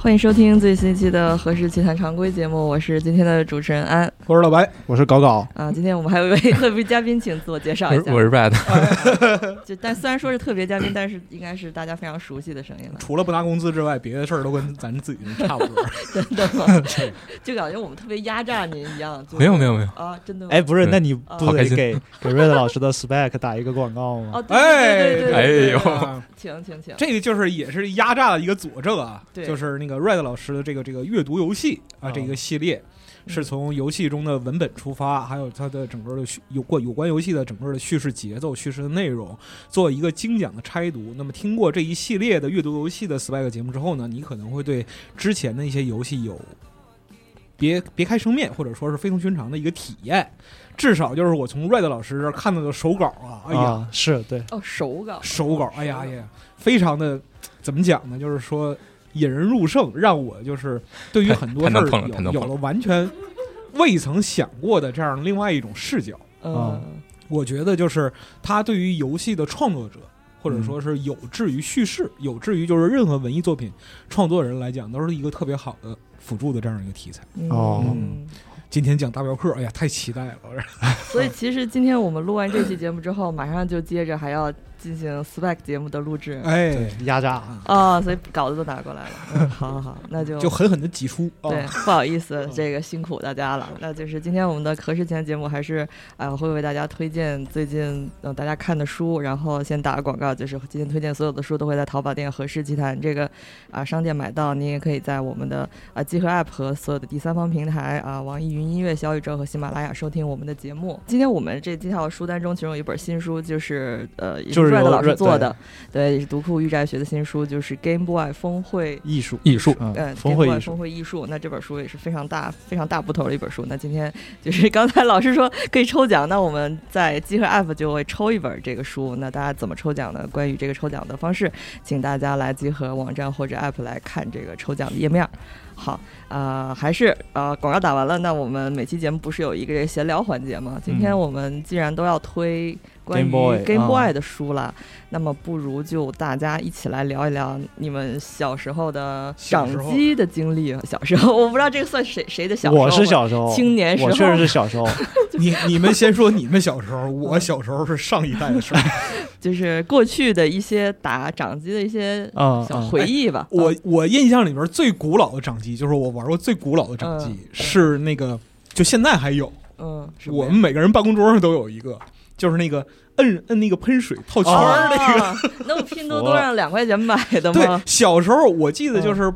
欢迎收听最新一期的何氏奇谈常规节目，我是今天的主持人安， 我是老白， 我是搞搞啊。今天我们还有一位特别嘉宾，请自我介绍一下。 我是 Red 但虽然说是特别嘉宾，但是应该是大家非常熟悉的声音了。 除了不拿工资之外，别的事儿都跟咱自己差不多。 真的吗？就感觉我们特别压榨您一样。 没有啊，真的吗？ 哎，不是，那你不得给 Red 老师的 spec 打一个广告吗？ 哦，对， 哎呦， 请， 这个就是也是压榨的一个佐证啊， 对， 就是那个 Red 老师的这个阅读游戏啊，这个系列是从游戏中的文本出发，还有它的整个的有关游戏的整个的叙事节奏、叙事的内容，做一个精讲的拆读。那么听过这一系列的阅读游戏的 spec 节目之后呢，你可能会对之前的一些游戏有别开生面，或者说是非同寻常的一个体验。至少就是我从 Red 老师这儿看到的手稿啊，哎呀， 是对哦，手稿， 哎呀，非常的怎么讲呢？就是说引人入胜，让我就是对于很多事儿有了完全未曾想过的这样另外一种视角。我觉得就是他对于游戏的创作者，或者说是有志于叙事、有志于就是任何文艺作品创作人来讲，都是一个特别好的辅助的这样一个题材。今天讲大镖客，哎呀，太期待了！ 所以其实今天我们录完这期节目之后，马上就接着还要进行 spec 节目的录制， 哎， 压榨啊，所以稿子都拿过来了。好，那就狠狠的挤出。 对，不好意思，这个辛苦大家了。那就是今天我们的何氏奇谈节目，还是会为大家推荐最近大家看的书。然后先打个广告，就是今天推荐所有的书都会在淘宝店何氏奇谈这个商店买到。您也可以在我们的集合 App 和所有的第三方平台网易云音乐、小宇宙和喜马拉雅收听我们的节目。今天我们这几条书单中，其中有一本新书，就是Red 老师做的，对，也是读库御宅学的新书，就是 Game Boy 峰会艺术峰会艺术。那这本书也是非常大部头的一本书。那今天就是刚才老师说可以抽奖，那我们在集合 App 就会抽一本这个书。那大家怎么抽奖呢？关于这个抽奖的方式，请大家来集合网站或者 App 来看这个抽奖的页面。好，还是广告打完了。那我们每期节目不是有一个闲聊环节吗？今天我们既然都要推关于 Game Boy 的书了，那么不如就大家一起来聊一聊你们小时候的掌机的经历。小时候，我不知道这个算谁的小时候。 我是小时候， 青年时候， 我确实是小时候。 你们先说你们小时候，我小时候是上一代的事儿。 就是过去的一些打掌机的一些小回忆吧。 我印象里边最古老的掌机，就是我玩过最古老的掌机，是那个，就现在还有。我们每个人办公桌上都有一个，就是那个摁那个喷水套圈那个。 那我拼多多上2块钱买的吗？ 对，小时候我记得就是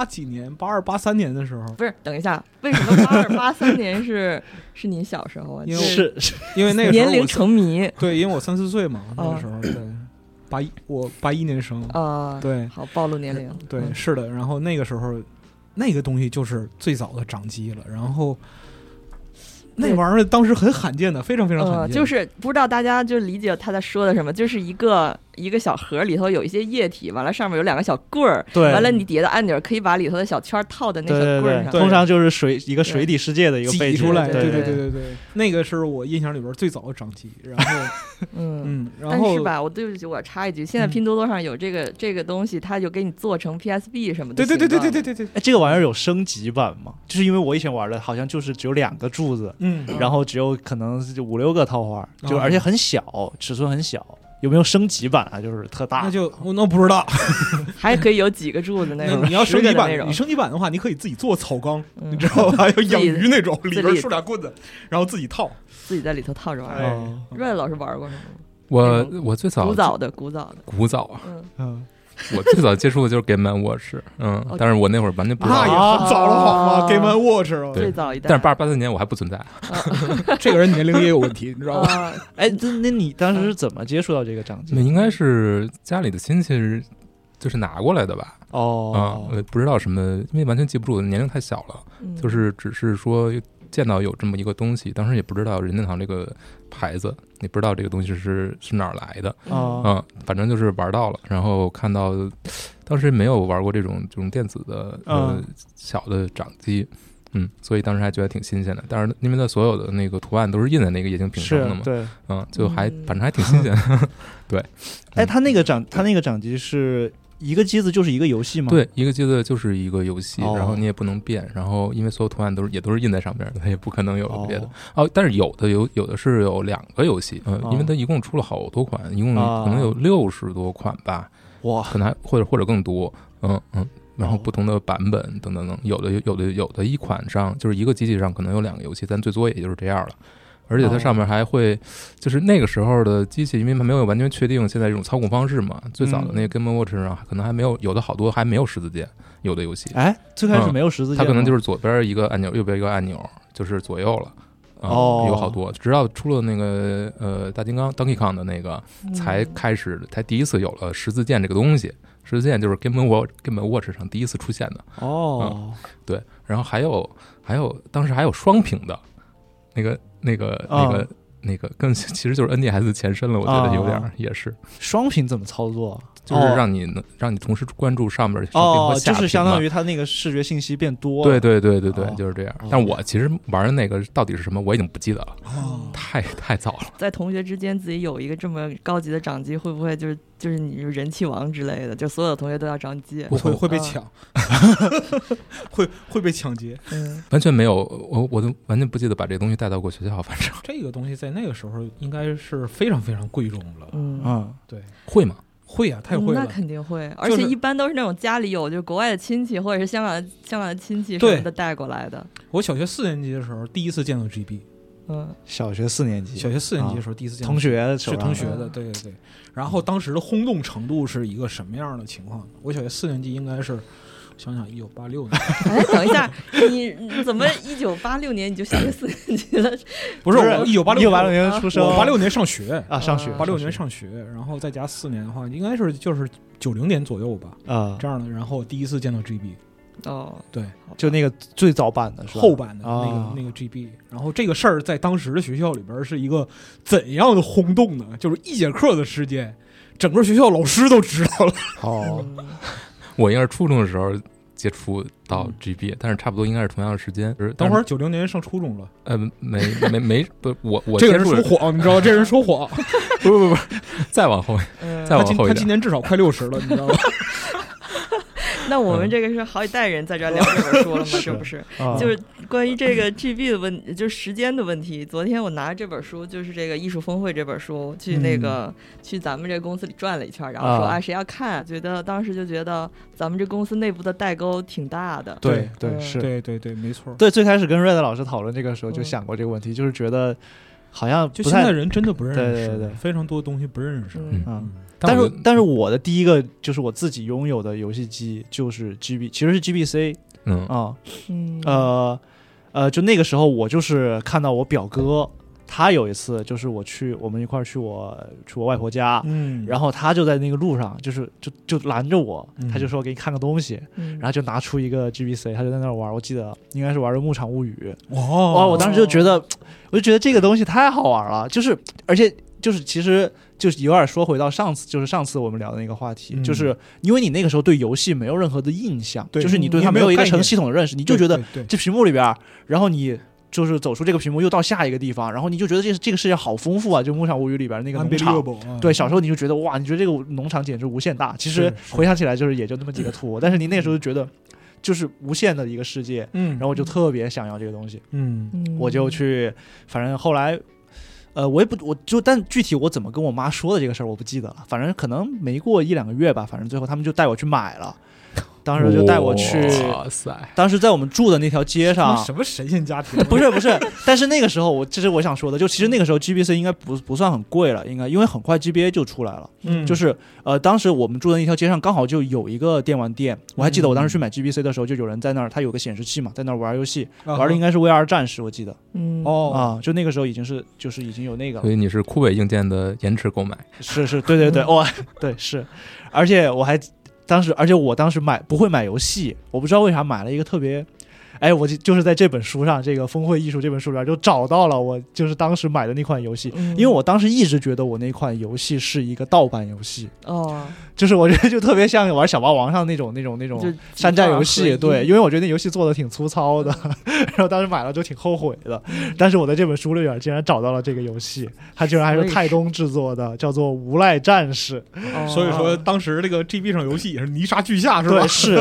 82、83年的时候。 不是，等一下，为什么82、83年是你小时候啊？ 因为那个时候年龄成谜。 对，因为我3、4岁嘛，那个时候对。我81年生啊， 对， 好暴露年龄。 对，是的。然后那个时候，那个东西就是最早的掌机了。然后那玩意儿当时很罕见的，非常非常罕见。 就是不知道大家就理解他在说的什么，就是一个小盒里头有一些液体，完了上面有2个小棍儿， 对， 完了你底下的按钮可以把里头的小圈套在那小棍上。 对，通常就是一个水底世界的一个背景挤出来。 对， 那个是我印象里边最早的掌机。然后然后但是吧，对不起，我插一句，现在拼多多上有这个东西，它就给你做成 PSB 什么的。 对。 这个玩意儿有升级版吗？就是因为我以前玩的好像就是只有2个柱子，然后只有可能5、6个套花，就而且很小，尺寸很小。有没有升级版啊？就是特大？ 那不知道。 还可以有几个柱子那种。 你要升级版，你升级版的话，你可以自己做草缸，你知道吧？有养鱼那种，里边竖俩棍子，然后自己套， 自己在里头套着玩。Red 老师玩过什么？ 我最早古早的我最早接触的就是 Game & Watch， 但是我那会儿完全不知道。 那也很早了好吗？Game & Watch 最早一代。 但是82、83年我还不存在。 这个人年龄也有问题，你知道吧？ 哎，那你当时是怎么接触到这个掌机？ 那应该是家里的亲戚就是拿过来的吧？不知道什么，因为完全记不住，年龄太小了。就是只是说见到有这么一个东西，当时也不知道任天堂这个牌子，也不知道这个东西是哪儿来的。反正就是玩到了，然后看到当时没有玩过这种电子的小的掌机。所以当时还觉得挺新鲜的，但是因为它所有的那个图案都是印在那个液晶屏上的嘛， 对， 就反正还挺新鲜的。对， 哎，它那个掌机是一个机子就是一个游戏吗？ 对，一个机子就是一个游戏，然后你也不能变，然后因为所有图案也都是印在上面的，它也不可能有别的。但是有的是有2个游戏，因为它一共出了好多款，一共可能有60多款吧， 哇， 可能或者更多，然后不同的版本等等等，有的一款上就是一个机器上可能有2个游戏，但最多也就是这样了。而且它上面还会，就是那个时候的机器，因为它没有完全确定现在这种操控方式嘛。最早的那个 Game Watch 上可能还没有，有的好多还没有十字键，有的游戏。 最开始没有十字键， 它可能就是左边一个按钮，右边一个按钮，就是左右了。有好多，直到出了那个大金刚 Donkey Kong 的那个，才第一次有了十字键这个东西。十字键就是 Game Watch 上第一次出现的。对，然后还有当时还有双屏的。那个更其实就是 NDS 前身了，我觉得有点也是。 双屏怎么操作？ 就是让你同时关注上面的上屏和下屏就是相当于它那个视觉信息变多了。对，就是这样。但我其实玩的那个到底是什么，我已经不记得了，太早了。 在同学之间自己有一个这么高级的掌机，会不会就是你人气王之类的，就所有的同学都要掌机？ 不会被抢，会被抢劫。 完全没有，我都完全不记得把这个东西带到过学校。反正这个东西在那个时候应该是非常非常贵重了。对， 会吗？ 会啊，太会了。 那肯定会，而且一般都是那种家里有就是国外的亲戚或者是香港的亲戚什么的带过来的。 我小学4年级的时候第一次见到 GB。 小学4年级的时候第一次见到同学是同学的，对。然后当时的轰动程度是一个什么样的情况？我小学4年级应该是。想想1986年， 等一下，你怎么1986年你就小学4年级了？ 不是我1986 年出生， 我86年上学上学 ，86年上学，然后再加4年的话，应该是就是90年左右吧，这样的。然后第一次见到 GB，对， 就那个最早版的是吧？ 后版的那个 GB。然后这个事儿在当时的学校里边是一个怎样的轰动呢？就是1节课的时间，整个学校老师都知道了。 我应该是初中的时候接触到 GB，但是差不多应该是同样的时间。 等会儿90年上初中了？ 没不，我这个人说谎，你知道？这人说谎。 不，再往后，再往后一点。 他今年至少快60了，你知道吗？ 那我们这个是好几代人在这聊这本书了吗？这不是，就是关于这个 GB 的问，就是时间的问题。昨天我拿这本书，就是这个艺术峰会这本书，去咱们这个公司里转了一圈，然后说谁要看，当时就觉得咱们这公司内部的代沟挺大的。 对，是， 对，没错。 对，最开始跟瑞德老师讨论这个时候就想过这个问题，就是觉得好像就现在人真的不认识， 对， 非常多东西不认识。 但是我的第一个就是我自己拥有的游戏机就是 GB， 其实是 GBC。就那个时候我就是看到我表哥，他有一次就是我们一块去我外婆家，然后他就在那个路上就拦着我，他就说给你看个东西，然后就拿出一个 GBC， 他就在那玩，我记得应该是玩的《牧场物语》。哇，我当时就觉得这个东西太好玩了，而且其实就是有点说回到上次我们聊的那个话题，就是因为你那个时候对游戏没有任何的印象，就是你对它没有一个成系统的认识，你就觉得这屏幕里边，然后你就是走出这个屏幕又到下一个地方，然后你就觉得这个世界好丰富啊，就《牧场物语》里边那个农场，对，小时候你就觉得哇，你觉得这个农场简直无限大，其实回想起来就是也就那么几个图，但是你那个时候就觉得就是无限的一个世界，然后我就特别想要这个东西，我就去，反正后来。但具体我怎么跟我妈说的这个事儿我不记得了，反正可能没过1-2个月吧，反正最后他们就带我去买了。当时就带我去，当时在我们住的那条街上， 什么神仙家庭？ 不是，但是那个时候这是我想说的，就其实那个时候 GBC 应该不算很贵了，应该因为很快 GBA 就出来了，就是当时我们住的那条街上刚好就有一个电玩店，我还记得我当时去买 GBC 的时候，就有人在那儿，他有个显示器嘛，在那儿玩游戏，玩的应该是 VR 战士，我记得，就那个时候已经有那个了， 所以你是酷伟硬件的延迟购买， 是，对，哇，对是，而且我当时不会买游戏，我不知道为啥买了一个特别哎，我就是在这本书上，这个《峰会艺术》这本书里边就找到了我就是当时买的那款游戏，因为我当时一直觉得我那款游戏是一个盗版游戏就是我觉得就特别像玩小霸王上那种山寨游戏，对，因为我觉得那游戏做的挺粗糙的，然后当时买了就挺后悔的。但是我在这本书里边竟然找到了这个游戏，它居然还是泰东制作的，叫做《无赖战士》。 所以说当时这个 GB 上游戏也是泥沙俱下，是吧？ 对，是。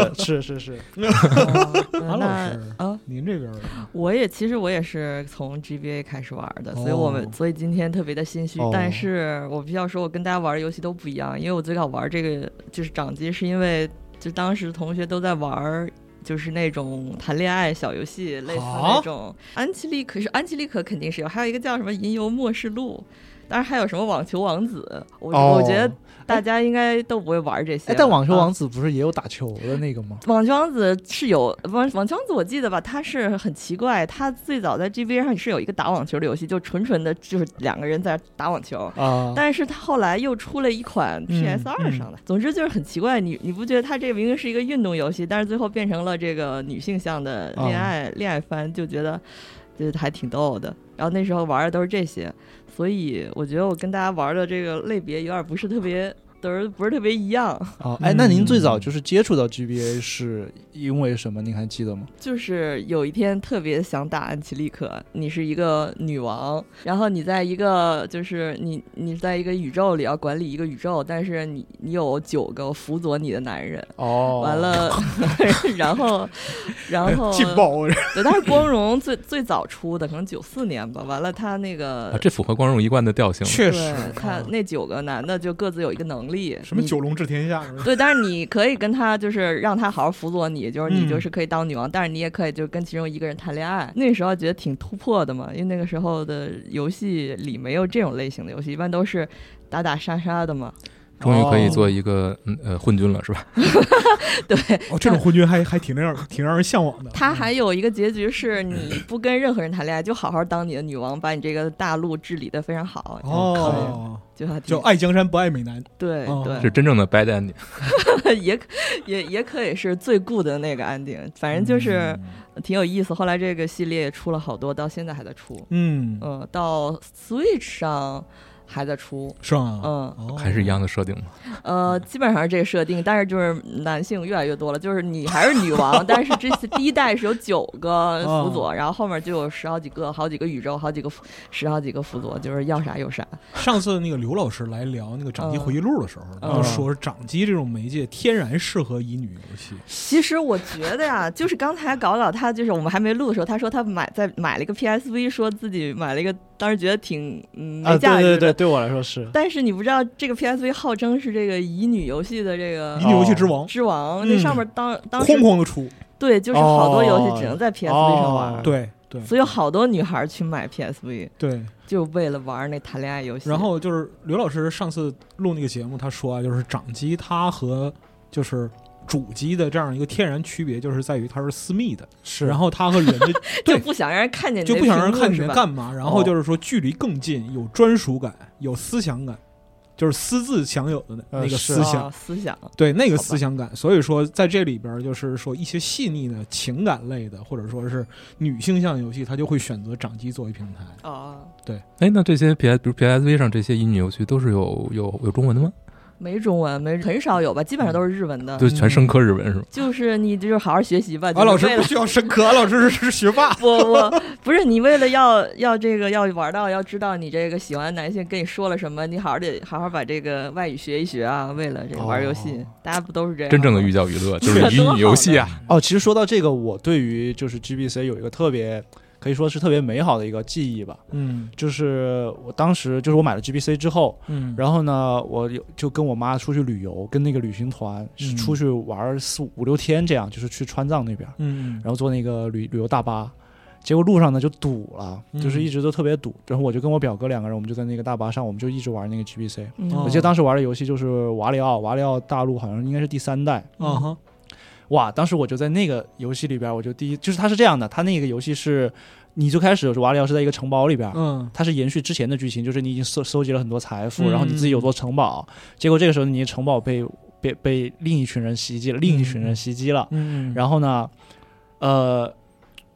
韩老师您这边其实我也是从 GBA 开始玩的，所以今天特别的心虚。但是我必须要说，我跟大家玩的游戏都不一样，因为我最早玩这个就是掌机，是因为就当时同学都在玩。就是那种谈恋爱小游戏，类似那种安琪丽可肯定是有，还有一个叫什么银游默示录，当然还有什么网球王子，我觉得大家应该都不会玩这些。 但网球王子不是也有打球的那个吗？ 网球王子是有网球王子，我记得吧，他是很奇怪，他最早在 GBA 上是有一个打网球的游戏，就纯的就是2个人在打网球但是他后来又出了一款 PS2 上的总之就是很奇怪，你不觉得他这个明明是一个运动游戏，但是最后变成了这个女性向的恋爱番，就觉得还挺逗的。然后那时候玩的都是这些，所以我觉得我跟大家玩的这个类别有点不是特别一样。 那您最早就是接触到 GBA 是因为什么？您还记得吗？ 就是有一天特别想打安琪丽可，你是一个女王，然后你在一个就是你在一个宇宙里要管理一个宇宙，但是你有9个辅佐你的男人完了然后劲爆对，但是光荣最早出的可能94年吧，完了他那个这符合光荣一贯的调性， 确实他那9个男的就各自有一个能力， 什么9龙治天下对，但是你可以跟他就是让他好好辅佐你，就是你就是可以当女王但是你也可以就跟其中一个人谈恋爱。那时候觉得挺突破的嘛，因为那个时候的游戏里没有这种类型的游戏，一般都是打打杀杀的嘛。 终于可以做一个昏君了是吧？ 对这种昏君还挺让人向往的。 他还有一个结局是你不跟任何人谈恋爱，就好好当你的女王，把你这个大陆治理得非常好就爱江山不爱美男。 对对， 是真正的 bad ending 也可以是最 good 的那个 ending， 反正就是挺有意思。后来这个系列也出了好多，到现在还在出。到 Switch 上还在出， 是吗？ 还是一样的设定吗？ 基本上是这个设定，但是就是男性越来越多了，就是你还是女王，但是这次第一代是有9个辅佐，然后后面就有10好几个，好几个宇宙，10好几个辅佐，就是要啥有啥。 上次那个刘老师来聊那个掌机回忆录的时候，然后说掌机这种媒介天然适合乙女游戏。 其实我觉得呀，就是刚才搞他，就是我们还没录的时候，他说他买了一个 PSV， 说自己买了一个，当时觉得挺没价值的。 对我来说是， 但是你不知道这个 PSV 号称是这个乙女游戏的这个乙女游戏之王，那上面当时哐哐的出， 对，就是好多游戏只能在 PSV 上玩， 对， 所以有好多女孩去买 PSV， 对， 就为了玩那谈恋爱游戏。 然后就是刘老师上次录那个节目，他说就是掌机它和就是主机的这样一个天然区别，就是在于它是私密的， 是， 然后它和人的就不想让人看见， 就不想让人看见干嘛，然后就是说距离更近，有专属感，有思想感，就是私自享有的那个思想，对那个思想感。所以说在这里边就是说一些细腻的情感类的或者说是女性向游戏，它就会选择掌机作为平台对。 那这些比如 PSV 上这些乙女游戏都是有中文的吗？ 没中文，很少有吧，基本上都是日文的， 就全生科日文是吧？ 就是你就是好好学习吧。 老师不需要生科，老师是学霸。 我不是你为了要这个要玩到，要知道你这个喜欢的男性跟你说了什么，你好好把这个外语学一学啊。为了这个玩游戏，大家不都是这样？ 真正的寓教于乐就是乙女游戏啊。 其实说到这个，我对于就是 GBC 有一个特别。可以说是特别美好的一个记忆吧。就是我当时就是我买了 GBC 之后，然后呢，我就跟我妈出去旅游，跟那个旅行团出去玩4、5、6天这样，就是去川藏那边，然后坐那个旅游大巴，结果路上呢就堵了，就是一直都特别堵。然后我就跟我表哥2个人，我们就在那个大巴上，我们就一直玩那个 GBC。我记得当时玩的游戏就是瓦里奥大陆好像应该是第3代。哇！当时我就在那个游戏里边，我就就是它是这样的，它那个游戏是，你就开始瓦里奥是在一个城堡里边，它是延续之前的剧情，就是你已经收集了很多财富，然后你自己有座城堡，结果这个时候你的城堡被另一群人袭击了，然后呢，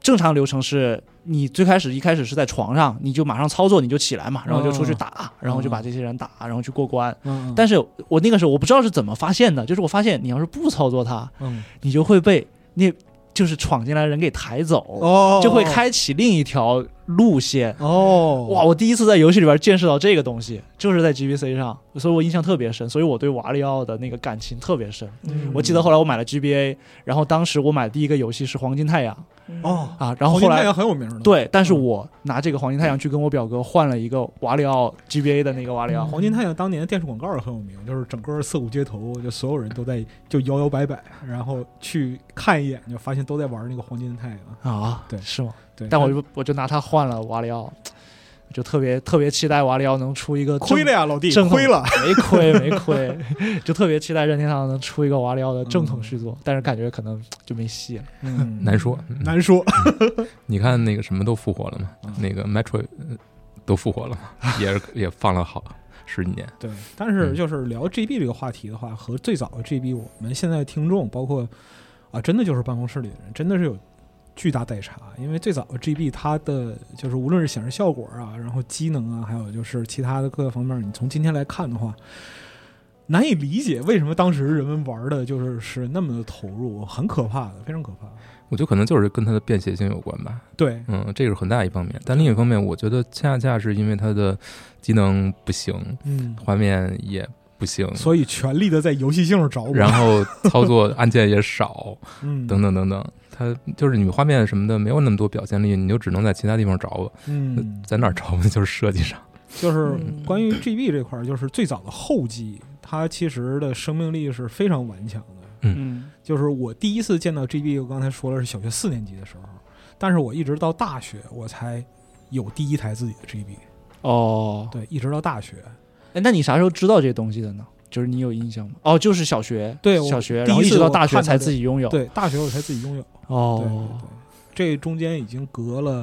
正常流程是你一开始是在床上，你就马上操作，你就起来嘛，然后就出去打，然后就把这些人打，然后去过关。但是我那个时候我不知道是怎么发现的，就是我发现你要是不操作它，你就会被就是闯进来的人给抬走，就会开启另一条路线。哇！我第一次在游戏里边见识到这个东西，就是在 GBC 上，所以我印象特别深，所以我对瓦里奥的那个感情特别深。我记得后来我买了 GBA， 然后当时我买的第一个游戏是黄金太阳。然后后来黄金太阳很有名的。 对，但是我拿这个黄金太阳去跟我表哥换了一个瓦里奥 GBA 的那个瓦里奥。 黄金太阳当年的电视广告也很有名，就是整个涩谷街头就所有人都在就摇摇摆摆，然后去看一眼就发现都在玩那个黄金太阳啊。 对， 是吗？ 对， 但我就拿它换了瓦里奥。就特别期待瓦里奥能出一个亏了呀，老弟， 亏了， 没亏，就特别期待任天堂能出一个瓦里奥的正统续作，但是感觉可能就没戏了。 难说。你看那个什么都复活了嘛，那个 Metro 都复活了嘛，也放了好10几年。 对，但是就是聊 GB 这个话题的话，和最早的 GB， 我们现在听众包括真的就是办公室里的人，真的是有巨大代差。因为最早的 GB 它的就是无论是显示效果啊，然后机能啊，还有就是其他的各个方面，你从今天来看的话，难以理解为什么当时人们玩的就是那么的投入，很可怕的，非常可怕。 我觉得可能就是跟它的便携性有关吧。 对， 这个是很大一方面。但另一方面，我觉得恰恰是因为它的机能不行，画面也不行， 所以全力的在游戏性上找我， 然后操作按键也少，等等等等。它就是你画面什么的没有那么多表现力，你就只能在其他地方找我。在哪儿找呢？就是设计上。 就是关于 GB 这块，就是最早的后机，它其实的生命力是非常顽强的。就是我第一次见到 GB， 我刚才说了是小学4年级的时候，但是我一直到大学我才有第一台自己的 GB。对，一直到大学。 那你啥时候知道这些东西的呢？就是你有印象吗？就是小学， 对， 小学，然后一直到大学才自己拥有。 对，大学我才自己拥有。对，这中间已经隔了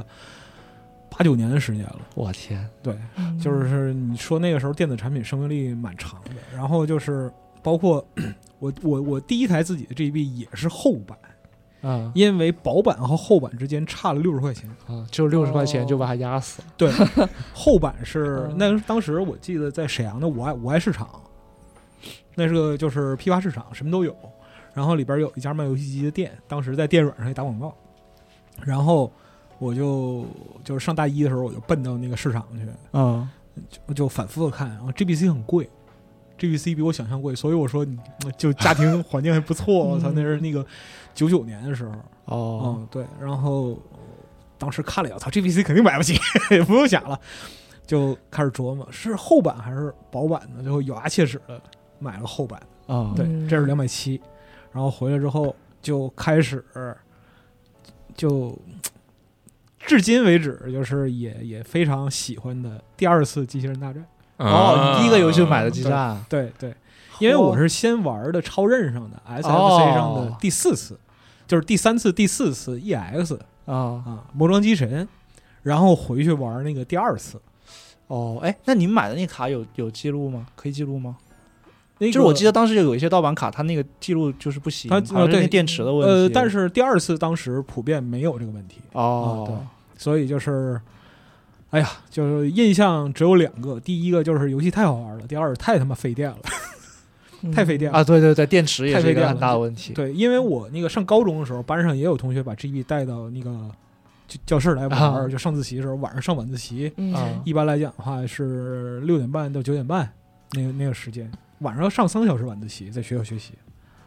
8、9年的时间了。 我天！ 对，就是你说那个时候电子产品生命力蛮长的，然后就是包括我第一台自己的 GB 也是厚版。因为薄版和厚版之间差了60块钱就60块钱就把它压死了。 对，厚版是当时我记得在沈阳的五爱市场，那是个就是批发市场，什么都有。然后里边有一家卖游戏机的店，当时在电软上也打广告。然后我就是上大一的时候，我就奔到那个市场去，就反复的看。然后 GBC 很贵，GBC 比我想象贵，所以我说就家庭环境还不错。我操，那是那个99年的时候。对，然后当时看了一下，操 ，GBC 肯定买不起，也不用想了，就开始琢磨是厚版还是薄版的，最后咬牙切齿的买了厚版。对，这是270，然后回来之后就开始就至今为止就是也非常喜欢的第2次机器人大战。 你第一个游戏就买的机战。 对，因为我是先玩的超任上的 SFC 上的第4次，就是第3次、第4次 EX 魔装机神，然后回去玩那个第2次。 那你买的那卡有记录吗？可以记录吗？就是我记得当时有一些盗版卡，它那个记录就是不行，它对电池的问题。 但是第2次当时普遍没有这个问题。对，所以就是。哎呀，就是印象只有2个，第一个就是游戏太好玩了，第二太他妈费电了，太费电了对，电池也是一个很大的问题。 对，因为我那个上高中的时候，班上也有同学把 GB 带到那个教室来玩，就上自习的时候，晚上上晚自习，一般来讲的话是6点半到9点半那个时间，晚上上3个小时晚自习，在学校学习。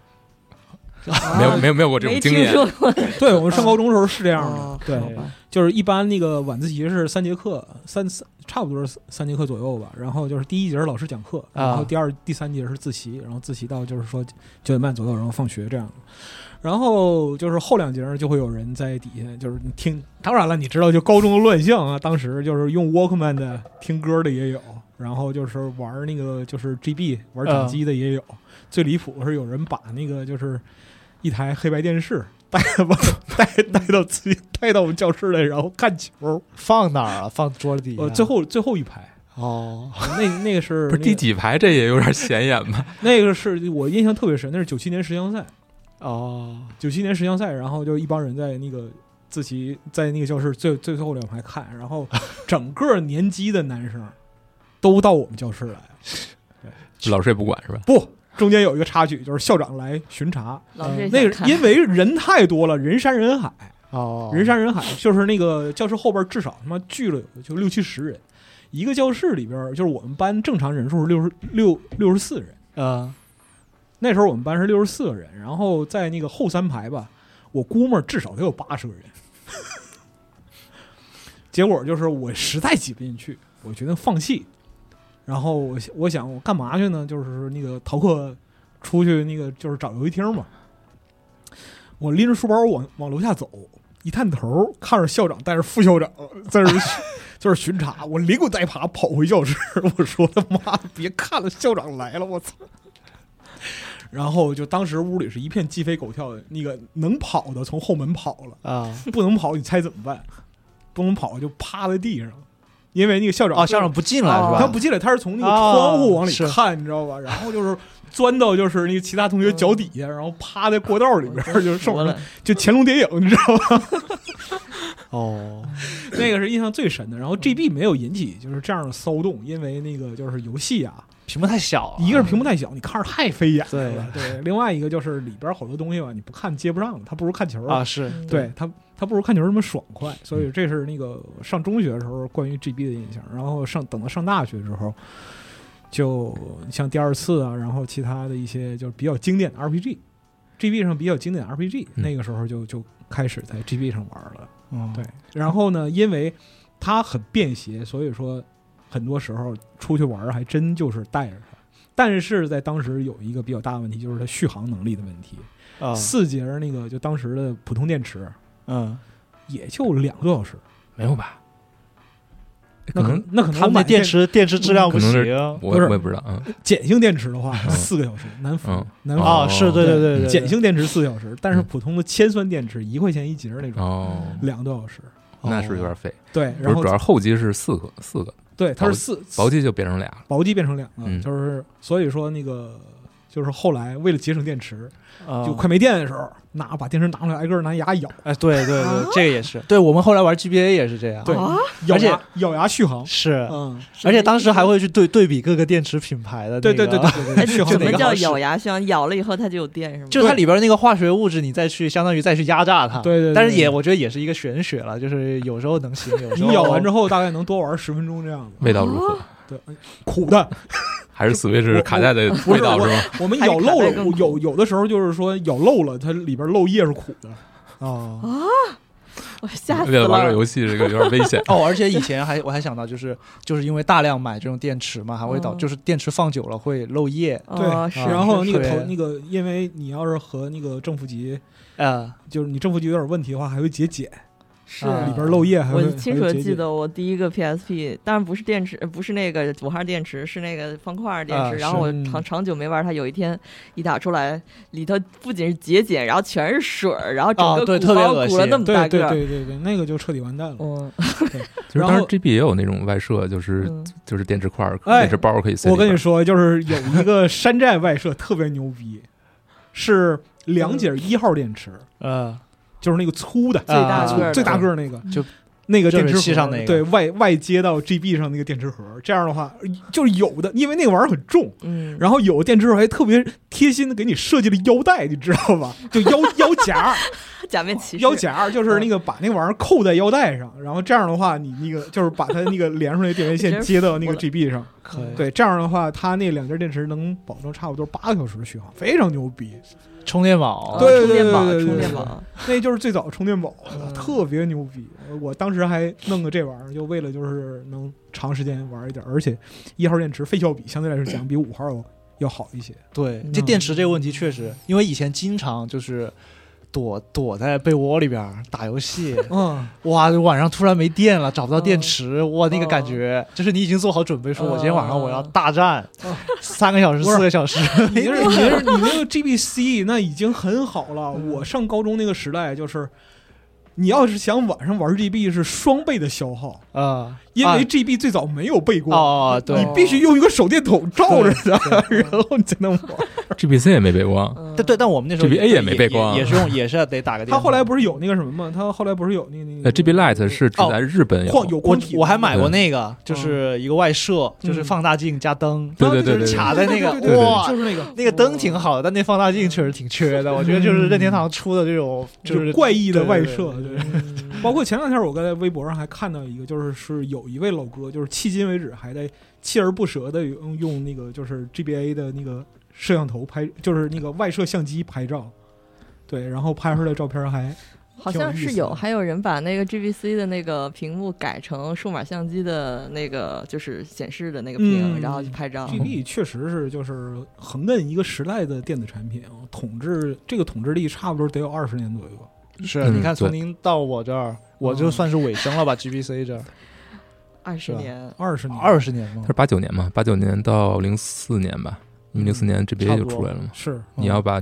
没有过这种经验。 对，我们上高中的时候是这样的。对，就是一般那个晚自习是3节课，差不多是3节课左右吧。然后就是第1节老师讲课，然后第2、第3节是自习，然后自习到就是说9点半左右，然后放学这样。然后就是后2节就会有人在底下就是听。当然了，你知道就高中的乱象啊，当时就是用 Walkman 的听歌的也有，然后就是玩那个就是 GB 玩掌机的也有。最离谱是有人把那个就是一台黑白电视带到我们教室来，然后看球。 放哪儿啊？放桌子底下。 最后一排。那个是不是第几排？这也有点显眼吧？ 那个是我印象特别深，那是97年世强赛。97年世强赛，然后就一帮人在那个自习在那个教室最后2排看，然后整个年级的男生都到我们教室来， 老师也不管是吧？ 不，中间有一个插曲，就是校长来巡查，那个因为人太多了，人山人海人山人海，就是那个教室后边至少他妈聚了就60-70人，一个教室里边就是我们班正常人数是64人那时候我们班是64个人，然后在那个后3排吧，我估摸至少得有80个人。结果就是我实在挤不进去，我决定放弃。然后我想我干嘛去呢？就是那个逃课出去那个就是找游戏厅嘛。我拎着书包往楼下走，一探头看着校长带着副校长在这就是巡查，我连滚带爬跑回教室，我说他妈别看了，校长来了，我操！然后就当时屋里是一片鸡飞狗跳的，那个能跑的从后门跑了不能跑你猜怎么办？不能跑就趴在地上，因为那个校长不进来是吧？ 他不进来，他是从那个窗户往里看，你知道吧？然后就是钻到就是那个其他同学脚底下，然后趴在过道里边，就是上面就乾隆谍影，你知道吗？那个是印象最深的。然后 GB 没有引起就是这样的骚动，因为那个就是游戏啊。 屏幕太小， 一个是屏幕太小，你看着太飞眼了。对，另外一个就是里边好多东西吧，你不看接不上，它不如看球是对它不如看球这么爽快。所以这是那个上中学的时候关于 GB 的印象。然后等到上大学的时候，就像第2次啊，然后其他的一些就是比较经典的 RPG，GB 上比较经典的 RPG，那个时候就开始在 GB 上玩了。对，然后呢，因为它很便携，所以说。很多时候出去玩还真就是带着它，但是在当时有一个比较大的问题，就是它续航能力的问题。4节那个就当时的普通电池，也就2个多小时， 没有吧？ 那可能他们的电池质量不行， 我也不知道。 碱性电池的话4个小时，南孚是对， 碱性电池4个小时，但是普通的铅酸电池1块钱1节那种，2个多小时， 那是有点费。 对，然后主要后机是4个。 对，它是薄机就变成2了， 薄机变成2了，就是所以说那个就是后来为了节省电池，就快没电的时候，把电池拿出来，挨个拿牙咬。 对，这个也是。对，我们后来玩 GBA 也是这样。 对，而且咬牙续航是，而且当时还会去对比各个电池品牌的。 对， 什么叫咬牙续航？咬了以后它就有电是吗？ 就它里边那个化学物质，你相当于再去压榨它。 对。 但是我觉得也是一个玄学了，就是有时候能行，有时候你咬完之后大概能多玩10分钟这样子。 味道如何？ 对，苦的。 还是Switch卡带的味道是吗？ 我们咬漏了，有的时候就是说咬漏了，它里边漏液是苦的我吓死了！ 为了玩个游戏，这个有点危险而且以前我还想到，就是因为大量买这种电池嘛，还会就是电池放久了会漏液。 对，然后那个，因为你要是和那个正负极，就是你正负极有点问题的话，还会结碱。 是里边漏液还会。 我清楚的记得我第一个 PSP， 当然不是电池，不是那个5号电池，是那个方块电池。然后我长久没玩它，有一天一打出来，里头不仅是结碱，然后全是水，然后整个鼓包鼓了那么大个。 对，那个就彻底完蛋了。 其实当时 GB 也有那种外设，就是电池块、电池包可以塞。 我跟你说，就是有一个山寨外设特别牛逼，是2节1号电池。就是那个粗的最大个那个， 就那个电池盒上那个， 对外接到 GB 上那个电池盒。这样的话，就是有的，因为那个玩意儿很重，然后有的电池盒还特别贴心的给你设计了腰带，你知道吧？就腰夹， 假面骑士腰夹，就是那个把那个玩意儿扣在腰带上，然后这样的话，你那个就是把它那个连出来的电源线接到那个 GB 上。对，这样的话，它那2节电池能保证差不多8个小时的续航，非常牛逼。 充电宝， 对， 充电宝， 那就是最早的充电宝，特别牛逼。我当时还弄个这玩意儿，就为了就是能长时间玩一点，而且1号电池费效比相对来说讲比5号要好一些。 对，这电池这个问题确实，因为以前经常就是躲在被窝里边打游戏，哇，晚上突然没电了，找不到电池，哇，那个感觉就是你已经做好准备，说我今天晚上我要大战3个小时、4个小时。 你那个 GBC 那已经很好了。我上高中那个时代，就是你要是想晚上玩 GB 是双倍的消耗因为 GB 最早没有背光对， 你必须用一个手电筒照着它，然后你才能玩。 GBC 也没背光， 对，但我们那时候 GBA 也没背光， 也是得打个电话。 他后来不是有那个什么吗？他后来不是有那个 GB Lite 是只在日本有光体， 我还买过那个，就是一个外设，就是放大镜加灯， 对， 卡在那个， 哇，就是那个灯挺好的，但那放大镜确实挺缺的。我觉得就是任天堂出的这种就是怪异的外设，对。包括前两天我在微博上还看到一个，就是有一位老哥，就是迄今为止还在锲而不舍的用那个就是 GBA 的那个摄像头拍，就是那个外摄相机拍照，对，然后拍出来照片还好像是还有人把那个 GBC 的那个屏幕改成数码相机的那个就是显示的那个屏，然后去拍照。 GB 确实是就是横亘一个时代的电子产品，这个统治力差不多得有20年左右吧。 是，你看从您到我这儿，我就算是尾声了吧。GBC 这 20年 ，20年吗？ 它是89年嘛，89年到04年吧。因为04年 GBA 就出来了嘛， 是你要把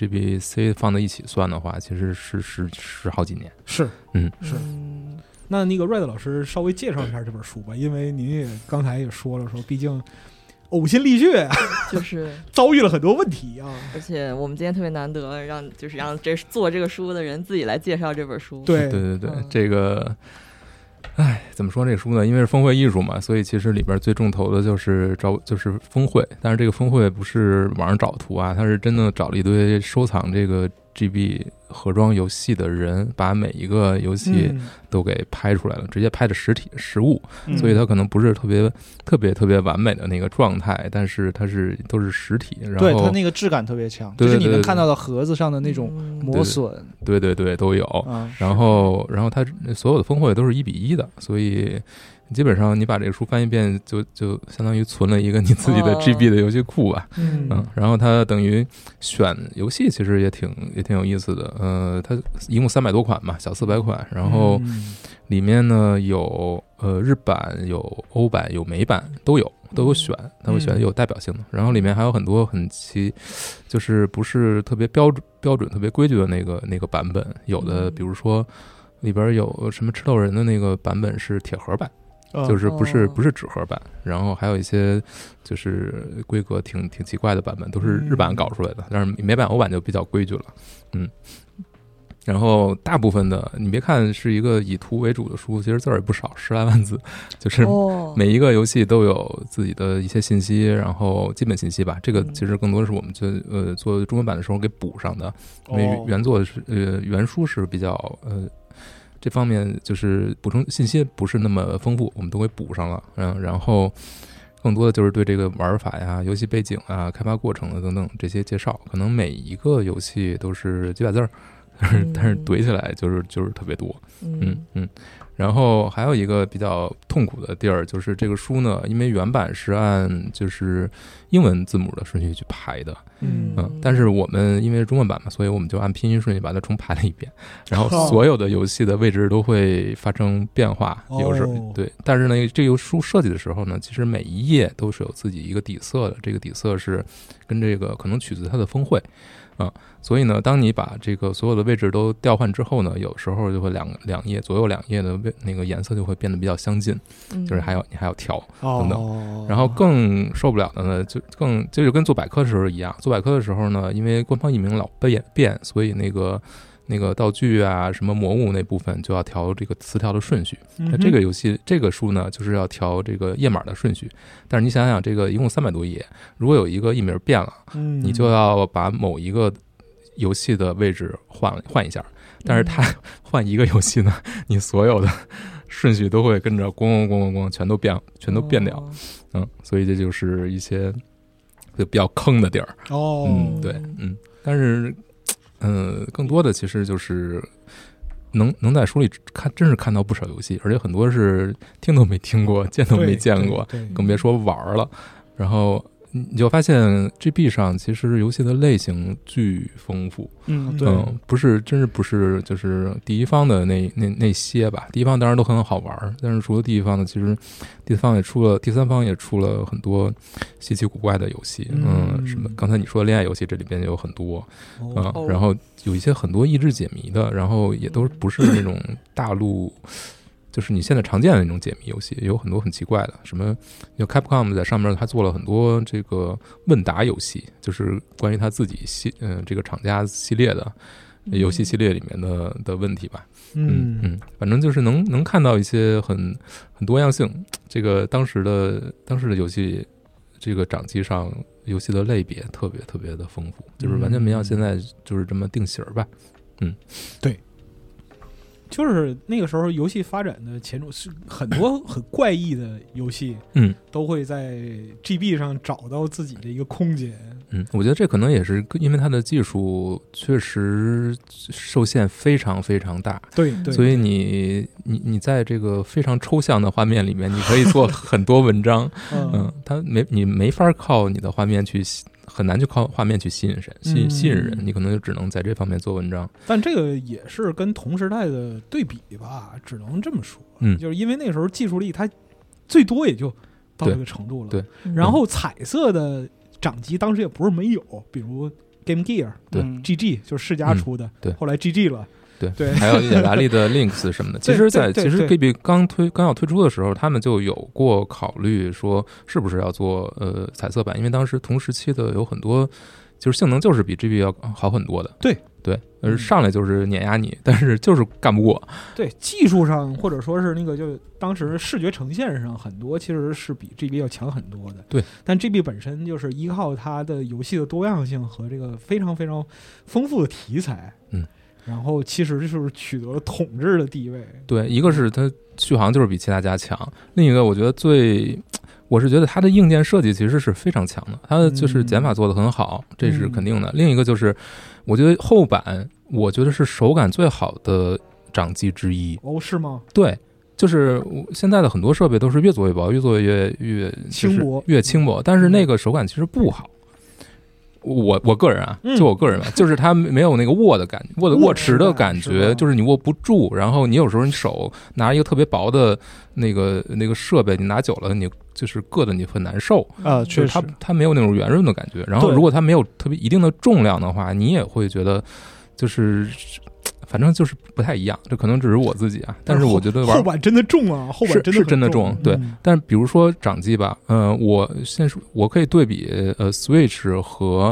GBC 放在一起算的话，其实是十好几年。 是， 是。 那个 Red 老师稍微介绍一下这本书吧，因为您也刚才也说了，说毕竟呕心沥血啊， 就是遭遇了很多问题啊。 而且我们今天特别难得让做这个书的人自己来介绍这本书。 对， 这个。怎么说这书呢？因为是峰会艺术嘛，所以其实里边最重头的就是峰会。但是这个峰会不是网上找图啊，它是真的找了一堆收藏这个 GB 盒装游戏的人，把每一个游戏都给拍出来了，直接拍的实物，所以它可能不是特别完美的那个状态，但是它都是实体，然后对它那个质感特别强，就是你能看到的盒子上的那种磨损， 对都有。然后它所有的峰会都是1:1的，所以基本上你把这个书翻一遍，就相当于存了一个你自己的 GB 的游戏库吧。然后它等于选游戏其实也挺有意思的。它一共300多款嘛，小400款，然后里面呢有日版、有欧版、有美版都有选，它会选有代表性的。然后里面还有很多就是不是特别标准、特别规矩的那个版本，有的比如说里边有什么吃豆人的那个版本是铁盒版。就是不是纸盒版，然后还有一些就是规格挺奇怪的版本，都是日版搞出来的，但是美版欧版就比较规矩了。然后大部分的你别看是一个以图为主的书，其实字儿也不少，10来万字，就是每一个游戏都有自己的一些信息，然后基本信息吧。这个其实更多的是我们做中文版的时候给补上的，因为原书是比较这方面就是补充信息不是那么丰富，我们都给补上了。然后更多的就是对这个玩法呀、游戏背景啊、开发过程啊等等这些介绍。可能每一个游戏都是几百字，但是怼起来就是特别多。然后还有一个比较痛苦的地儿，就是这个书呢，因为原版是按就是英文字母的顺序去排的，但是我们因为是中文版嘛，所以我们就按拼音顺序把它重排了一遍，然后所有的游戏的位置都会发生变化，有时候对，但是呢，这个书设计的时候呢，其实每一页都是有自己一个底色的，这个底色是跟这个可能取自它的峰会。所以呢，当你把这个所有的位置都调换之后呢，有时候就会左右两页的那个颜色就会变得比较相近，就是你还要调等等。然后更受不了的呢，就跟做百科的时候一样，做百科的时候呢，因为官方译名老变，所以那个道具啊，什么魔物那部分就要调这个词条的顺序。那这个游戏这个书呢，就是要调这个页码的顺序。但是你想想，这个一共300多页，如果有一个译名变了，你就要把某一个游戏的位置换一下。但是它换一个游戏呢，你所有的顺序都会跟着咣全都变掉。所以这就是一些就比较坑的地儿。对，但是。更多的其实就是能在书里真是看到不少游戏，而且很多是听都没听过，见都没见过，更别说玩了。然后你就发现 GB 上其实游戏的类型巨丰富，真是不是就是第一方的那些吧。第一方当然都很好玩，但是除了第一方呢，其实第三方也出了很多稀奇古怪的游戏，什么刚才你说的恋爱游戏，这里边有很多，然后有一些很多益智解谜的，然后也都不是那种大陆就是你现在常见的那种解谜游戏，有很多很奇怪的，什么有 Capcom 在上面还做了很多这个问答游戏，就是关于他自己这个厂家系列的游戏系列里面的问题吧。反正就是能看到一些很多样性。这个当时的游戏，这个掌机上游戏的类别特别特别的丰富，就是完全没像现在就是这么定型吧。 对。就是那个时候游戏发展的前途是很多很怪异的游戏，都会在 GB 上找到自己的一个空间。 我觉得这可能也是因为它的技术确实受限非常非常大， 对， 所以你在这个非常抽象的画面里面，你可以做很多文章，你没法靠你的画面去。很难去靠画面去吸引人，你可能就只能在这方面做文章。 但这个也是跟同时代的对比吧，只能这么说。就是因为那个时候技术力它最多也就到这个程度了。 对， 然后彩色的掌机当时也不是没有，比如 Game Gear， 对 ，GG 就是世嘉出的， 对， 后来 GG 了。 对，还有雅达利的 Lynx 什么的。其实 GB 刚要推出的时候，他们就有过考虑说是不是要做彩色版，因为当时同时期的有很多就是性能就是比 GB 要好很多的。对，上来就是碾压你，但是就是干不过。 对，技术上或者说是那个就当时视觉呈现上很多其实是比 GB 要强很多的。 对， 但 GB 本身就是依靠它的游戏的多样性和这个非常非常丰富的题材。然后其实就是取得了统治的地位。 对，一个是它续航就是比其他家强，另一个我觉得我是觉得它的硬件设计其实是非常强的，它的就是减法做得很好，这是肯定的。另一个就是我觉得后版我觉得是手感最好的掌机之一。 哦，是吗？ 对，就是现在的很多设备都是越做越薄，越做越轻薄，但是那个手感其实不好。我个人啊，就我个人吧，就是它没有那个握持的感觉，就是你握不住，然后你有时候你手拿一个特别薄的那个设备，你拿久了你就是硌得你很难受啊，确实它没有那种圆润的感觉。然后如果它没有特别一定的重量的话，你也会觉得就是反正就是不太一样，这可能只是我自己啊。但是我觉得后版真的重啊，后版是真的重，对。但是比如说掌机吧，我可以对比Switch 和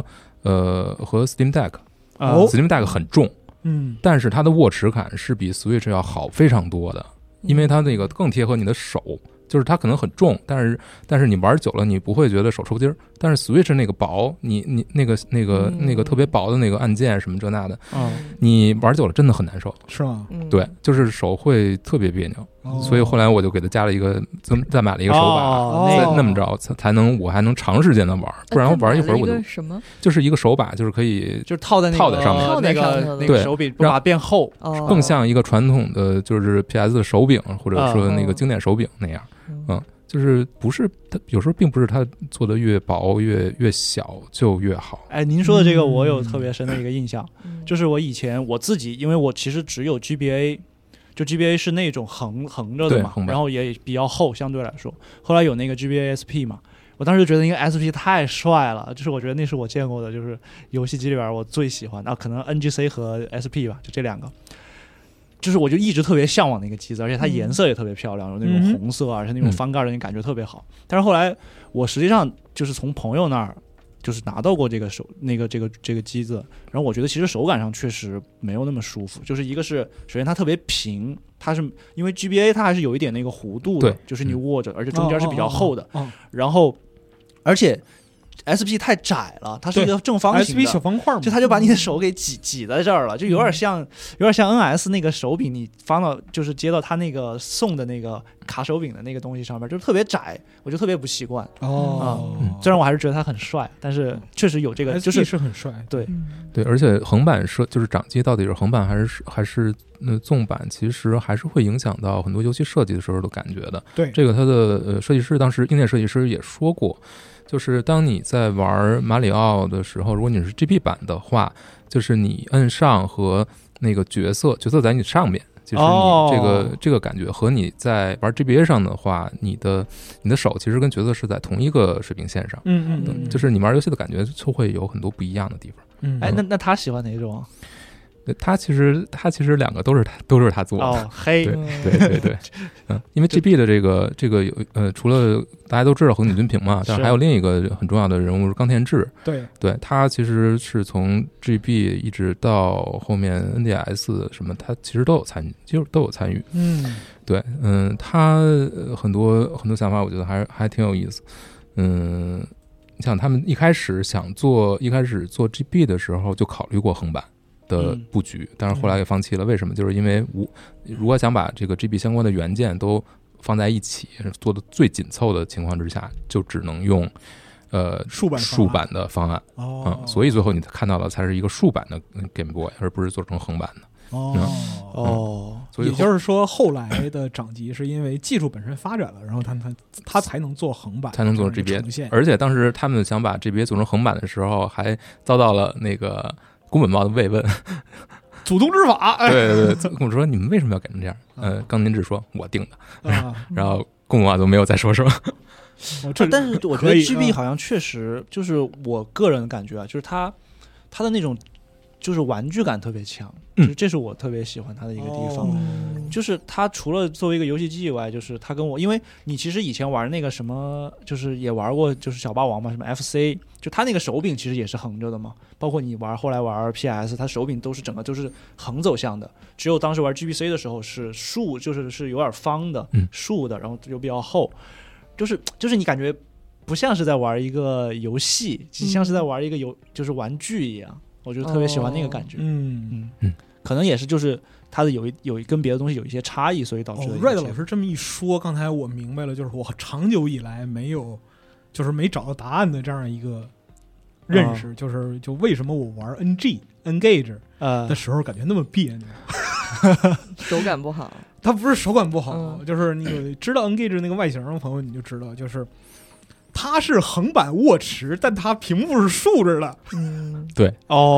Steam Deck，Steam Deck 很重，但是它的握持感是比 Switch 要好非常多的，因为它那个更贴合你的手。就是它可能很重，但是你玩久了你不会觉得手抽筋儿。但是 Switch 那个薄，你那个特别薄的那个按键什么这那的，你玩久了真的很难受， 是吗？ 对，就是手会特别别扭，所以后来我就给它加了一一个再买了一个手把，那么着才能我还能长时间的玩，不然我玩一会儿我就什么， 就是一个手把，就是可以就是套在上面那个手柄把它变厚， 更像一个传统的就是 PS 的手柄或者说那个经典手柄那样。就是不是它有时候并不是它做的越薄越小就越好。 哎，您说的这个我有特别深的一个印象，就是我以前我自己，因为我其实只有 GBA， 就 GBA 是那种横着的嘛，然后也比较厚相对来说。后来有那个 GBA SP 嘛，我当时就觉得那个 SP 太帅了，就是我觉得那是我见过的就是游戏机里边我最喜欢的，可能 NGC 和 SP 吧，就这两个。就是我就一直特别向往那个机子，而且它颜色也特别漂亮，有那种红色，而且那种翻盖的那感觉特别好。但是后来我实际上就是从朋友那儿就是拿到过这个这个机子，然后我觉得其实手感上确实没有那么舒服。就是一个是首先它特别平，它是因为 GBA 它还是有一点那个弧度的，就是你握着，而且中间是比较厚的，然后而且。SP 太窄了，它是一个正方形的 SP 小方块嘛， 就它就把你的手给挤在这儿了，就有点像 NS 那个手柄，你放到就是接到它那个送的那个卡手柄的那个东西上面，就是特别窄，我就特别不习惯。虽然我还是觉得它很帅，但是确实有这个，就是很帅。 对， 而且横版就是掌机到底是横版还是纵版，其实还是会影响到很多游戏设计的时候的感觉的。 对， 这个它的设计师当时硬件设计师也说过。就是当你在玩马里奥的时候，如果你是 GB 版的话，就是你摁上和那个角色在你上面，就是你这个感觉和你在玩 GBA 上的话，你的手其实跟角色是在同一个水平线上。就是你玩游戏的感觉就会有很多不一样的地方。 哎，那他喜欢哪种？ 他其实两个都是他做的。 哦，嘿， 对，因为 GB 的这个除了大家都知道横井军平嘛，但是还有另一个很重要的人物是冈田智。对，他其实是从 GB 一直到后面 NDS 什么，他其实都有参与，就是都有参与。对，他很多想法，我觉得还挺有意思。你想他们一开始做 GB 的时候就考虑过横版的布局，但是后来也放弃了。为什么？就是因为如果想把这个 GB 相关的元件都放在一起，做的最紧凑的情况之下，就只能用竖版的方案。所以最后你看到的才是一个竖版的 Game Boy， 而不是做成横版的。 所以也就是说，后来的掌机是因为技术本身发展了，然后它才能做横版， 才能做 GBA。而且当时他们想把 GBA 做成横版的时候，还遭到了那个宫本茂的慰问， 祖宗之法。 对，跟我说你们为什么要改成这样？冈田智说我定的，然后宫本茂都没有再说什么。 但是我觉得 GB 好像确实就是我个人的感觉啊，就是它的那种。就是玩具感特别强，就是这是我特别喜欢它的一个地方。就是它除了作为一个游戏机以外，就是它跟我，因为你其实以前玩那个什么，就是也玩过，就是小霸王嘛，什么 FC， 就它那个手柄其实也是横着的嘛。包括你后来玩 PS， 它手柄都是整个都是横走向的。只有当时玩 GBC 的时候是竖，就是有点方的，竖的，然后又比较厚，就是你感觉不像是在玩一个游戏，像是在玩一个就是玩具一样。我就特别喜欢那个感觉，可能也是就是它的有跟别的东西有一些差异，所以导致的。 Red 老师这么一说，刚才我明白了，就是我长久以来没找到答案的这样一个认识，就为什么我玩 Engage 的时候感觉那么别扭， 手感不好。 它不是手感不好，就是你知道 Engage 那个外形的朋友你就知道，就是。它是横版握持，但它屏幕是竖着的。 对，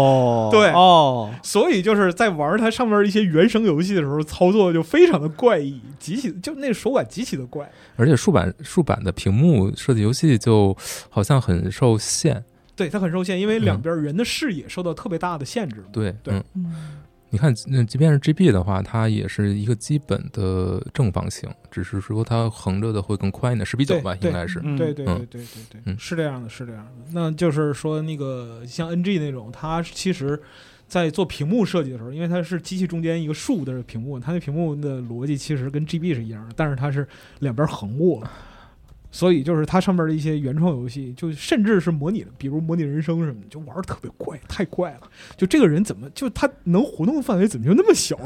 所以就是在玩它上面一些原生游戏的时候，操作就非常的怪异，就那个手感极其的怪。 而且竖版的屏幕设计游戏就好像很受限。 对，它很受限，因为两边人的视野受到特别大的限制。 对。你看，即便是 GB 的话，它也是一个基本的正方形，只是说它横着的会更宽一点，10:9吧，应该是。 对，是这样的。那就是说，那个像 NG 那种，它其实在做屏幕设计的时候，因为它是机器中间一个竖的屏幕，它那屏幕的逻辑其实跟 GB 是一样的，但是它是两边横握。所以就是它上面的一些原创游戏，就甚至是模拟的，比如模拟人生什么的，就玩的特别怪，太怪了。就这个人怎么就他能活动范围怎么就那么小，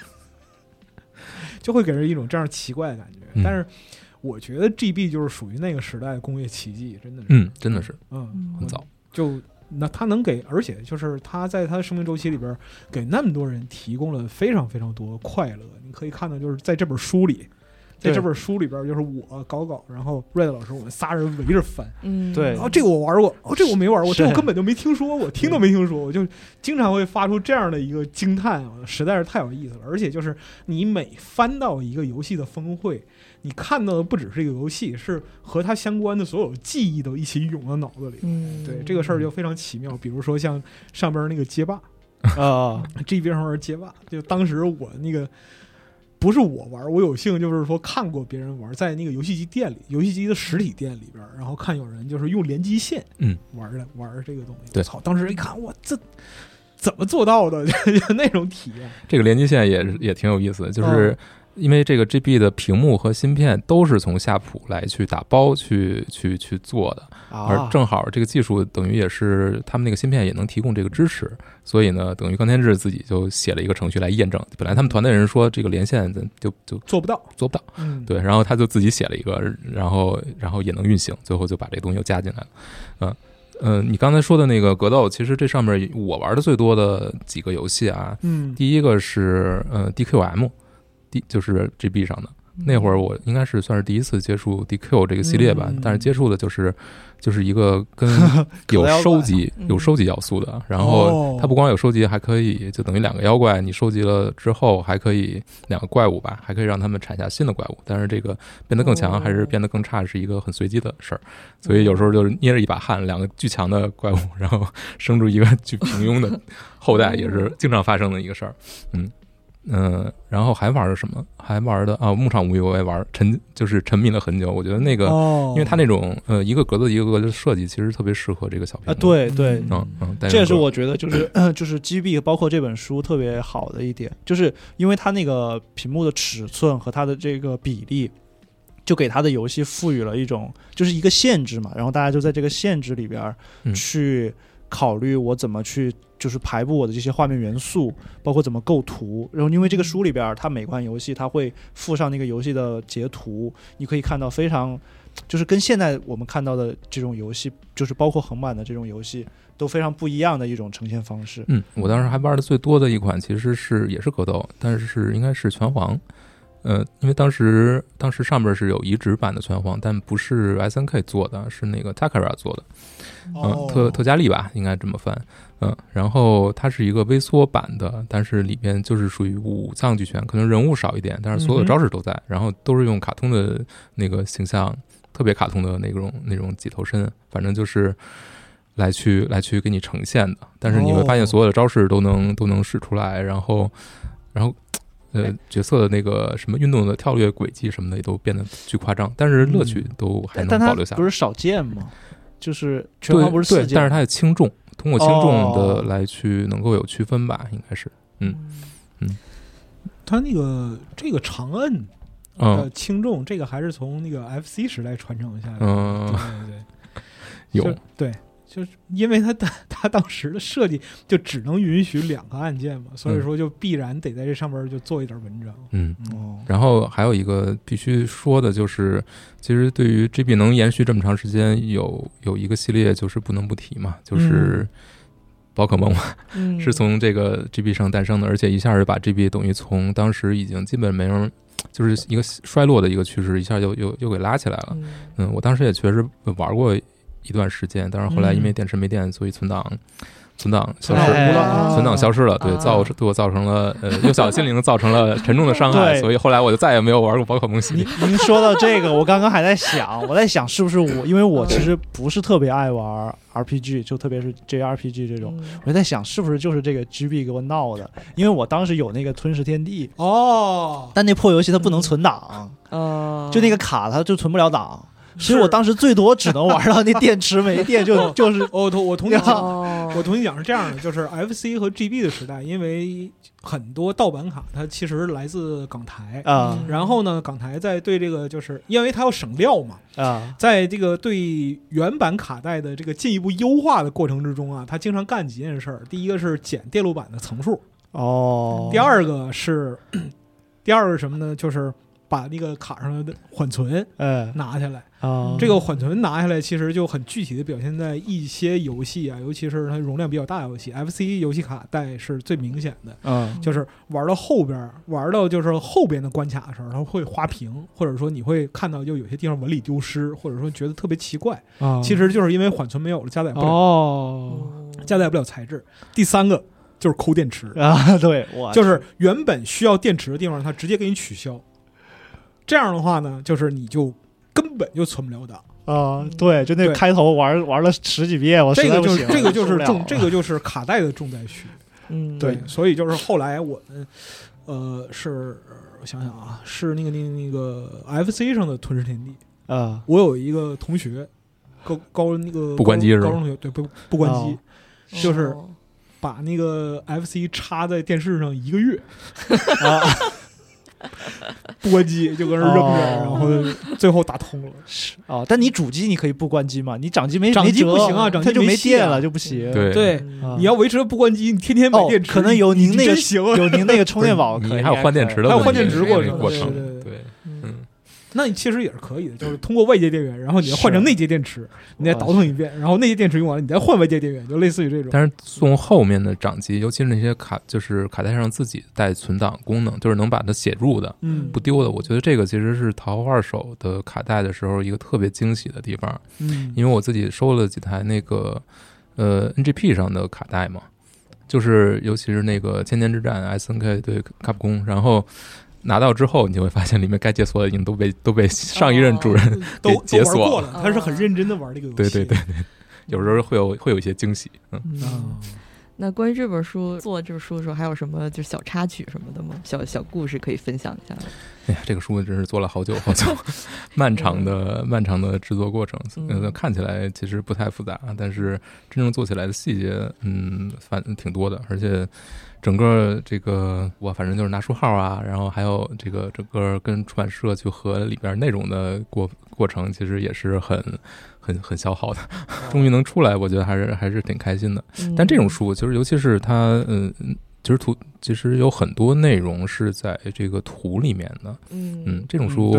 就会给人一种这样奇怪的感觉。但是我觉得 GB 就是属于那个时代的工业奇迹，真的是， 真的是，很早。 就那他能给，而且就是他在他的生命周期里边给那么多人提供了非常非常多快乐。你可以看到，就是在这本书里。在这本书里边，就是我搞，然后 Red 老师我们仨人围着翻， 对， 然后这个我玩过，这个我没玩过，这个我根本就没听说过，听都没听说，我就经常会发出这样的一个惊叹，实在是太有意思了。而且就是你每翻到一个游戏的峰会，你看到的不只是一个游戏，是和它相关的所有记忆都一起涌到脑子里。对，这个事儿就非常奇妙。比如说像上边那个街霸这边上面街霸，就当时我那个。不是我玩，我有幸就是说看过别人玩，在那个游戏机店里，游戏机的实体店里边，然后看有人就是用联机线玩这个东西。 对， 操！当时一看，我这怎么做到的？那种体验。 这个联机线也挺有意思的，就是因为这个 GB 的屏幕和芯片都是从夏普来去打包去做的，而正好这个技术等于也是他们那个芯片也能提供这个支持，所以呢，等于冈田智自己就写了一个程序来验证。本来他们团队人说这个连线就做不到， 对，然后他就自己写了一个，然后也能运行，最后就把这个东西又加进来了。你刚才说的那个格斗，其实这上面我玩的最多的几个游戏啊，第一个是DQM。就是 GB 上的那会儿我应该是算是第一次接触 DQ 这个系列吧，但是接触的就是一个跟有收集要素的，然后它不光有收集，还可以就等于2个妖怪，你收集了之后还可以2个怪物吧，还可以让他们产下新的怪物，但是这个变得更强还是变得更差是一个很随机的事儿，所以有时候就是捏着一把汗，2个巨强的怪物，然后生出一个巨平庸的后代，也是经常发生的一个事儿。然后还玩了什么？还玩的牧场物语我也玩，沉迷了很久。我觉得那个，因为它那种一个格子一个格子的设计，其实特别适合这个小屏幕。 对，这也是我觉得就是 GB 包括这本书特别好的一点，就是因为它那个屏幕的尺寸和它的这个比例，就给它的游戏赋予了一种就是一个限制嘛，然后大家就在这个限制里边去考虑我怎么去就是排布我的这些画面元素，包括怎么构图。然后因为这个书里边它每款游戏它会附上那个游戏的截图，你可以看到非常就是跟现在我们看到的这种游戏，就是包括横版的这种游戏都非常不一样的一种呈现方式。 我当时还玩的最多的一款其实也是格斗，但是应该是拳皇。因为当时上面是有移植版的拳皇，但不是 SNK 做的，是那个 Takara 做的，特加利吧，应该这么翻。然后它是一个微缩版的，但是里边就是属于5脏俱全，可能人物少一点，但是所有的招式都在，然后都是用卡通的那个形象，特别卡通的那种几头身，反正就是来去给你呈现的。但是你会发现所有的招式都能使出来，然后角色的那个什么运动的跳跃轨迹什么的也都变得巨夸张，但是乐趣都还能保留下来。 不是少见吗？就是拳皇不是4件， 但是它也轻重，通过轻重的来去能够有区分吧，应该是。 它这个长摁的轻重，这个还是从那个 FC 时代传承下来的。对， 有对。就是因为他当时的设计就只能允许2个按键嘛，所以说就必然得在这上面就做一点文章。 然后还有一个必须说的就是，其实对于 GB 能延续这么长时间，有一个系列就是不能不提嘛，就是宝可梦嘛，是从这个 GB 上诞生的，而且一下就把 GB 等于从当时已经基本没人，就是一个衰落的一个趋势，一下又给拉起来了。我当时也确实玩过一段时间，但是后来因为电池没电，所以存档消失了，存档消失了，对我造成了幼小心灵造成了沉重的伤害，所以后来我就再也没有玩过宝可梦系列。 您说到这个，我刚刚还在想，是不是因为我其实不是特别爱玩 RPG， 就特别是 JRPG 这种，我在想是不是就是这个 GB 给我闹的，因为我当时有那个吞噬天地但那破游戏它不能存档，就那个卡它就存不了档。其实我当时最多只能玩到那电池没电，就是我同意讲是这样的，就是 FC 和 GB 的时代，因为很多盗版卡它其实来自港台然后呢，港台在对这个就是因为它要省料嘛在这个对原版卡带的这个进一步优化的过程之中它经常干几件事儿。第一个是减电路板的层数第二个是什么呢？就是把那个卡上的缓存拿下来这个缓存拿下来其实就很具体的表现在一些游戏尤其是它容量比较大的游戏 FC 游戏卡带是最明显的就是玩到后边就是后边的关卡的时候它会花屏，或者说你会看到就有些地方纹理丢失，或者说觉得特别奇怪其实就是因为缓存没有了，加载不了加载不了材质。第三个就是抠电池对， 就是原本需要电池的地方它直接给你取消，这样的话呢就是你就根本就存不了档对，就那个开头玩了10几遍，我实在不行。 这个就是卡带的重灾区对，所以就是后来我们是我想想是那个 FC 上的吞噬天地我有一个同学高那个不关机是吧？ 高中同学对不关机就是把那个 FC 插在电视上1个月不关机就搁那扔着然后最后打通了但你主机你可以不关机吗？你掌机不行掌机它就没电了就不行。 对你要维持不关机，你天天买电池可能有您那个充电宝你还有换电池的还有换电池过程对那你其实也是可以的，就是通过外界电源，然后你要换成内接电池，你再倒腾一遍，然后内接电池用完了，你再换外界电源，就类似于这种。 但是送后面的掌机，尤其是那些就是卡带上自己带存档功能，就是能把它写入的，不丢的。我觉得这个其实是淘二手的卡带的时候一个特别惊喜的地方。因为我自己收了几台那个NGP 上的卡带嘛，就是尤其是那个千年之战 SNK 对卡普空，然后拿到之后，你就会发现里面该解锁的已经都被上一任主人给解锁了。他是很认真的玩这个游戏。 对，有时候会有一些惊喜。 那关于这本书做这本书的时候，还有什么就是小插曲什么的吗？小故事可以分享一下。 哎呀，这个书真是做了好久，漫长的制作过程。看起来其实不太复杂，但是真正做起来的细节，反正挺多的。而且整个这个我反正就是拿书号啊，然后还有这个整个跟出版社去和里边内容的过程，其实也是很消耗的。终于能出来，我觉得还是挺开心的。但这种书其实尤其是它其实有很多内容是在这个图里面的。这种书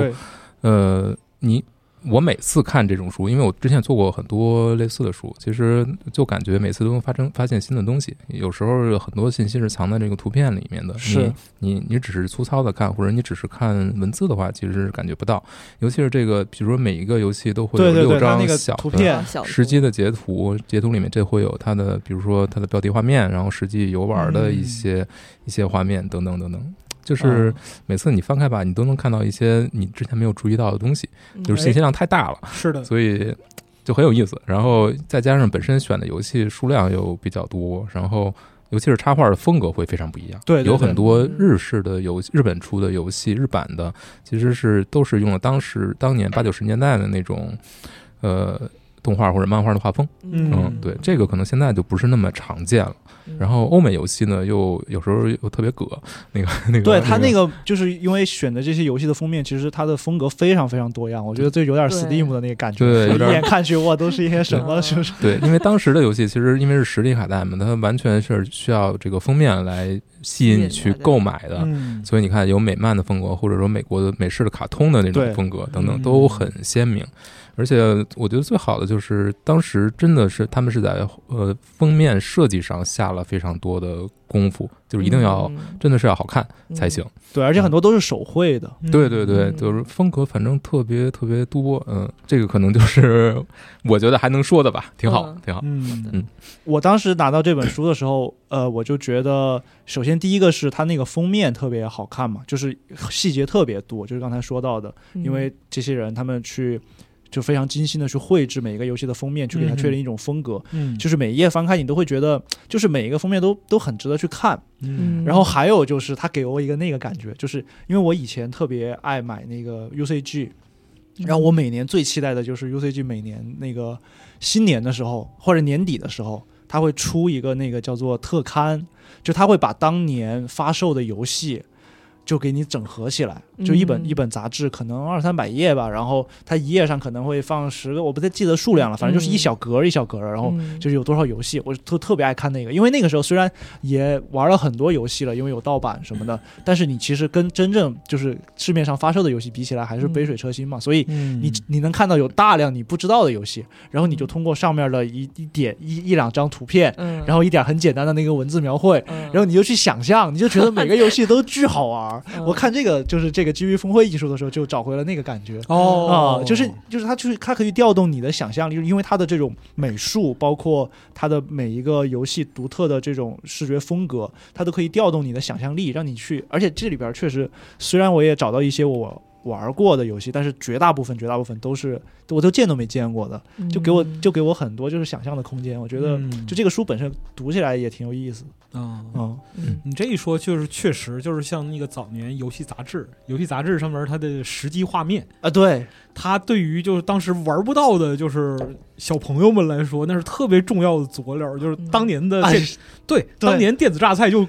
我每次看这种书，因为我之前做过很多类似的书，其实就感觉每次都能发现新的东西。有时候有很多信息是藏在这个图片里面的， 是你只是粗糙的看，或者你只是看文字的话，其实感觉不到。尤其是这个，比如说每一个游戏都会有6张小图片实际的截图里面这会有它的，比如说它的标题画面，然后实际游玩的一些画面等等等等。就是每次你翻开吧，你都能看到一些你之前没有注意到的东西，就是信息量太大了， 是的， 所以就很有意思。然后再加上本身选的游戏数量又比较多，然后尤其是插画的风格会非常不一样。 对， 有很多日式的游戏，日本出的游戏，日版的其实都是用了当年80、90年代的那种动画或者漫画的画风。对，这个可能现在就不是那么常见了。然后欧美游戏呢，又有时候又特别那个， 对他那个就是因为选的这些游戏的封面，其实它的风格非常非常多样，我觉得这有点 Steam 的那个感觉， 对， 一眼看去哇，都是一些什么，是不是？ 对，因为当时的游戏其实因为是实体卡带嘛，它完全是需要这个封面来吸引你去购买的，所以你看有美漫的风格，或者说美式的卡通的那种风格等等，都很鲜明。而且我觉得最好的就是当时真的是他们是在封面设计上下了非常多的功夫，就是一定要真的是要好看才行。 对，而且很多都是手绘的。 对，就是风格反正特别特别多。这个可能就是我觉得还能说的吧，挺好，挺好。 我当时拿到这本书的时候，我就觉得，首先第一个是它那个封面特别好看嘛，就是细节特别多，就是刚才说到的，因为这些人他们就非常精心的去绘制每一个游戏的封面，去给它确定一种风格。就是每一页翻开你都会觉得，就是每一个封面都很值得去看。然后还有就是他给我一个那个感觉，就是因为我以前特别爱买那个 UCG， 然后我每年最期待的就是 UCG 每年那个新年的时候或者年底的时候，他会出一个那个叫做特刊，就他会把当年发售的游戏就给你整合起来，就一本杂志，可能200-300页吧，然后它一页上可能会放10个，我不太记得数量了，反正就是一小格一小格，然后就是有多少游戏，我特别爱看那个，因为那个时候虽然也玩了很多游戏了，因为有盗版什么的，但是你其实跟真正就是市面上发售的游戏比起来，还是杯水车薪嘛，所以你能看到有大量你不知道的游戏，然后你就通过上面的一两张图片，然后一点很简单的那个文字描绘，然后你就去想象，你就觉得每个游戏都巨好玩。我看这个就是这个基于峰会艺术的时候，就找回了那个感觉。就是它可以调动你的想象力，因为它的这种美术，包括它的每一个游戏独特的这种视觉风格，它都可以调动你的想象力，让你去。而且这里边确实，虽然我也找到一些我玩过的游戏，但是绝大部分都是我都见都没见过的，就给我很多就是想象的空间。我觉得就这个书本身读起来也挺有意思。 你这一说就是确实就是像那个早年游戏杂志上面它的实际画面啊，对， 它对于就是当时玩不到的就是小朋友们来说，那是特别重要的佐料，就是当年的当年电子榨菜就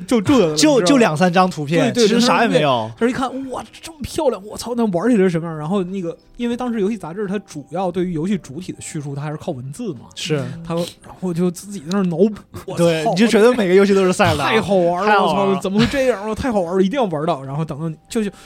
2-3张图片， 对， 其实啥也没有。 就是一看哇这么漂亮，我操，那玩起来是什么样？然后那个因为当时游戏杂志它主要对于游戏主体的叙述，它还是靠文字嘛， 是它，然后就自己在那脑补， 对，你就觉得每个游戏都是塞尔达， 太好玩了，我操，怎么会这样？太好玩了，一定要玩到。然后等到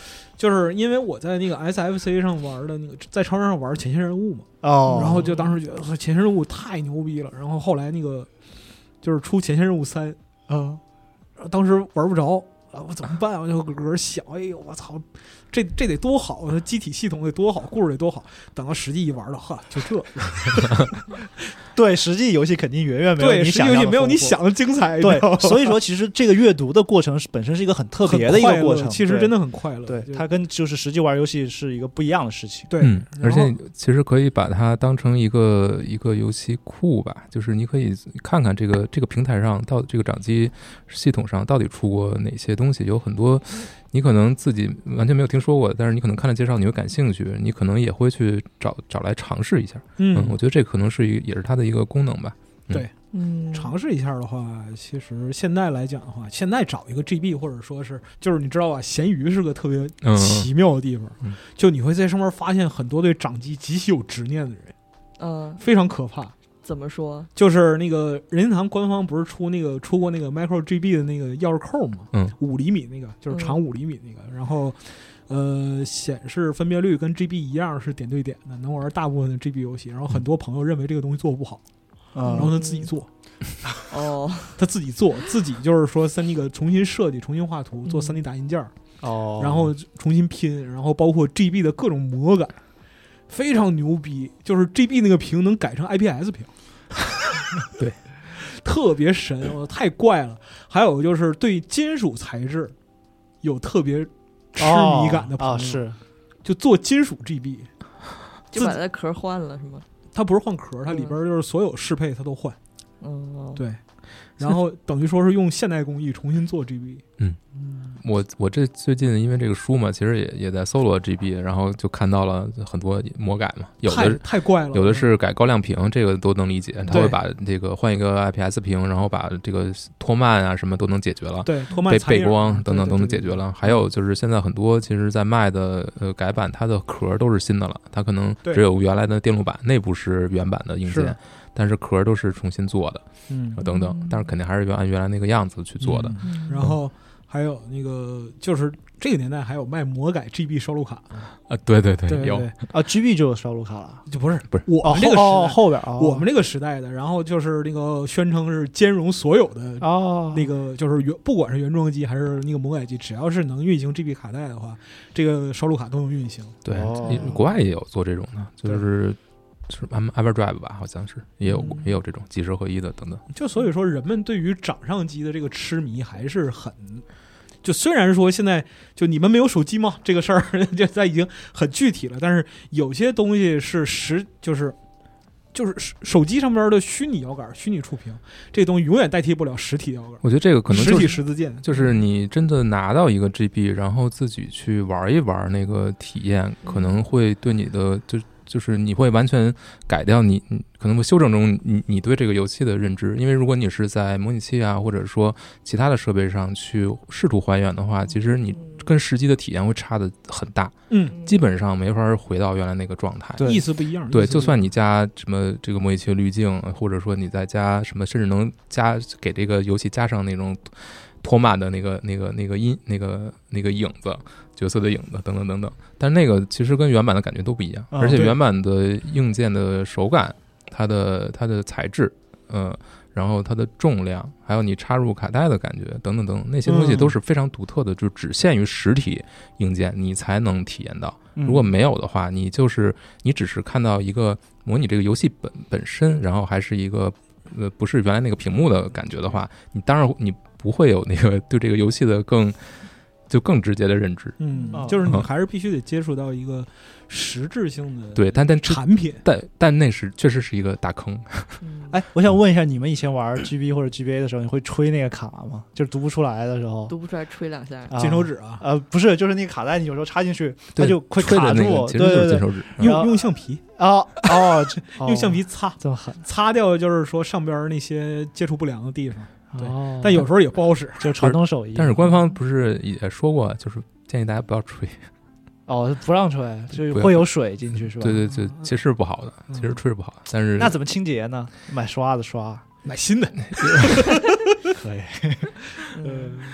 就是因为我在那个 SFC 上玩的那个，在超市上玩前线任务嘛，然后就当时觉得前线任务太牛逼了，然后后来那个就是出前线任务3，当时玩不着。我怎么办？我就搁想，哎呦，我操，这得多好！机体系统得多好，故事得多好。等到实际一玩了，哈，就这。 对，实际游戏肯定远远没有你想象的丰富， 实际游戏没有你想的精彩。 对，所以说其实这个阅读的过程本身是一个很特别的一个过程， 其实真的很快乐。 对，它跟就是实际玩游戏是一个不一样的事情。 对， 而且其实可以把它当成一个游戏库吧，就是你可以看看这个平台上到这个掌机系统上到底出过哪些东西，有很多你可能自己完全没有听说过，但是你可能看了介绍你会感兴趣，你可能也会去找来尝试一下。我觉得这可能也是它的一个功能吧。 对，尝试一下的话，其实现在来讲的话，现在找一个 GB 或者说是就是你知道吧，闲鱼是个特别奇妙的地方，就你会在上面发现很多对掌机极其有执念的人，非常可怕。 怎么说？ 就是那个任天堂官方不是出过那个 Micro GB 的那个钥匙扣嘛，5厘米那个，就是长5厘米那个，然后显示分辨率跟 GB 一样是点对点的，能玩大部分的 GB 游戏。然后很多朋友认为这个东西做不好，然后他自己做。他自己做，自己就是说那个重新设计、重新画图、做3D 打印件，然后重新拼，然后包括 GB 的各种魔改。非常牛逼，就是 GB 那个屏能改成 IPS 屏，对，特别神，太怪了。还有就是对金属材质有特别痴迷感的朋友， 是就做金属 GB， 就把它壳换了是吗？ 它不是换壳，它里边就是所有适配它都换，对。然后等于说是用现代工艺重新做 GB。 我这最近因为这个书嘛，其实也在搜罗 GB， 然后就看到了很多魔改嘛，有的太怪了， 有的是改高亮屏，这个都能理解，他会把这个换一个 IPS 屏，然后把这个拖慢啊什么都能解决了， 对，拖慢背光等等都能解决了。还有就是现在很多其实在卖的改版，它的壳都是新的了，它可能只有原来的电路板，内部是原版的硬件。但是壳都是重新做的，等等，但是肯定还是按原来那个样子去做的。 然后还有那个，就是这个年代还有卖魔改 GB 烧录卡对，有 GB 就有烧录卡了， 就不是我们这个时代后边我们这个时代的，然后就是那个宣称是兼容所有的那个，就是不管是原装机还是那个魔改机，只要是能运行 GB 卡带的话，这个烧录卡都能运行。 对，国外也有做这种的，就是Everdrive 吧，好像是也有这种即时合一的等等。 就所以说，人们对于掌上机的这个痴迷还是很，就虽然说现在就你们没有手机嘛，这个事儿就在已经很具体了，但是有些东西是就是手机上边的虚拟摇杆、虚拟触屏，这东西永远代替不了实体摇杆。 我觉得这个可能实体十字键， 就是你真的拿到一个 GB， 然后自己去玩一玩那个体验，可能会对你的就是你会完全改掉你可能会修正中你对这个游戏的认知，因为如果你是在模拟器啊或者说其他的设备上去试图还原的话，其实你跟实际的体验会差的很大，基本上没法回到原来那个状态， 意思不一样。 对，就算你加什么这个模拟器滤镜，或者说你再加什么，甚至能给这个游戏加上那种拖慢的那个影子，角色的影子等等等等，但那个其实跟原版的感觉都不一样，而且原版的硬件的手感，它的材质，然后它的重量，还有你插入卡带的感觉等等等等，那些东西都是非常独特的，就只限于实体硬件你才能体验到。如果没有的话，你只是看到一个模拟这个游戏本身，然后还是一个不是原来那个屏幕的感觉的话，你当然你不会有那个对这个游戏的更直接的认知。 就是你还是必须得接触到一个实质性的对，但产品， 但那确实是一个大坑。 哎，我想问一下，你们以前玩 GB 或者 GBA 的时候，你会吹那个卡吗？就是读不出来的时候， 读不出来吹两下， 金手指啊？ 不是，就是那个卡带，你有时候插进去，它就会卡住。 其实就是金手指， 用橡皮用橡皮擦， 这么狠， 擦掉就是说上边那些接触不良的地方。对，但有时候也不好使， 就是传统手艺。 但是官方不是也说过，就是建议大家不要吹。 不让吹，就会有水进去是吧？ 对，其实是不好的，其实吹是不好的。但是那怎么清洁呢？买刷子刷， 买新的， 可以。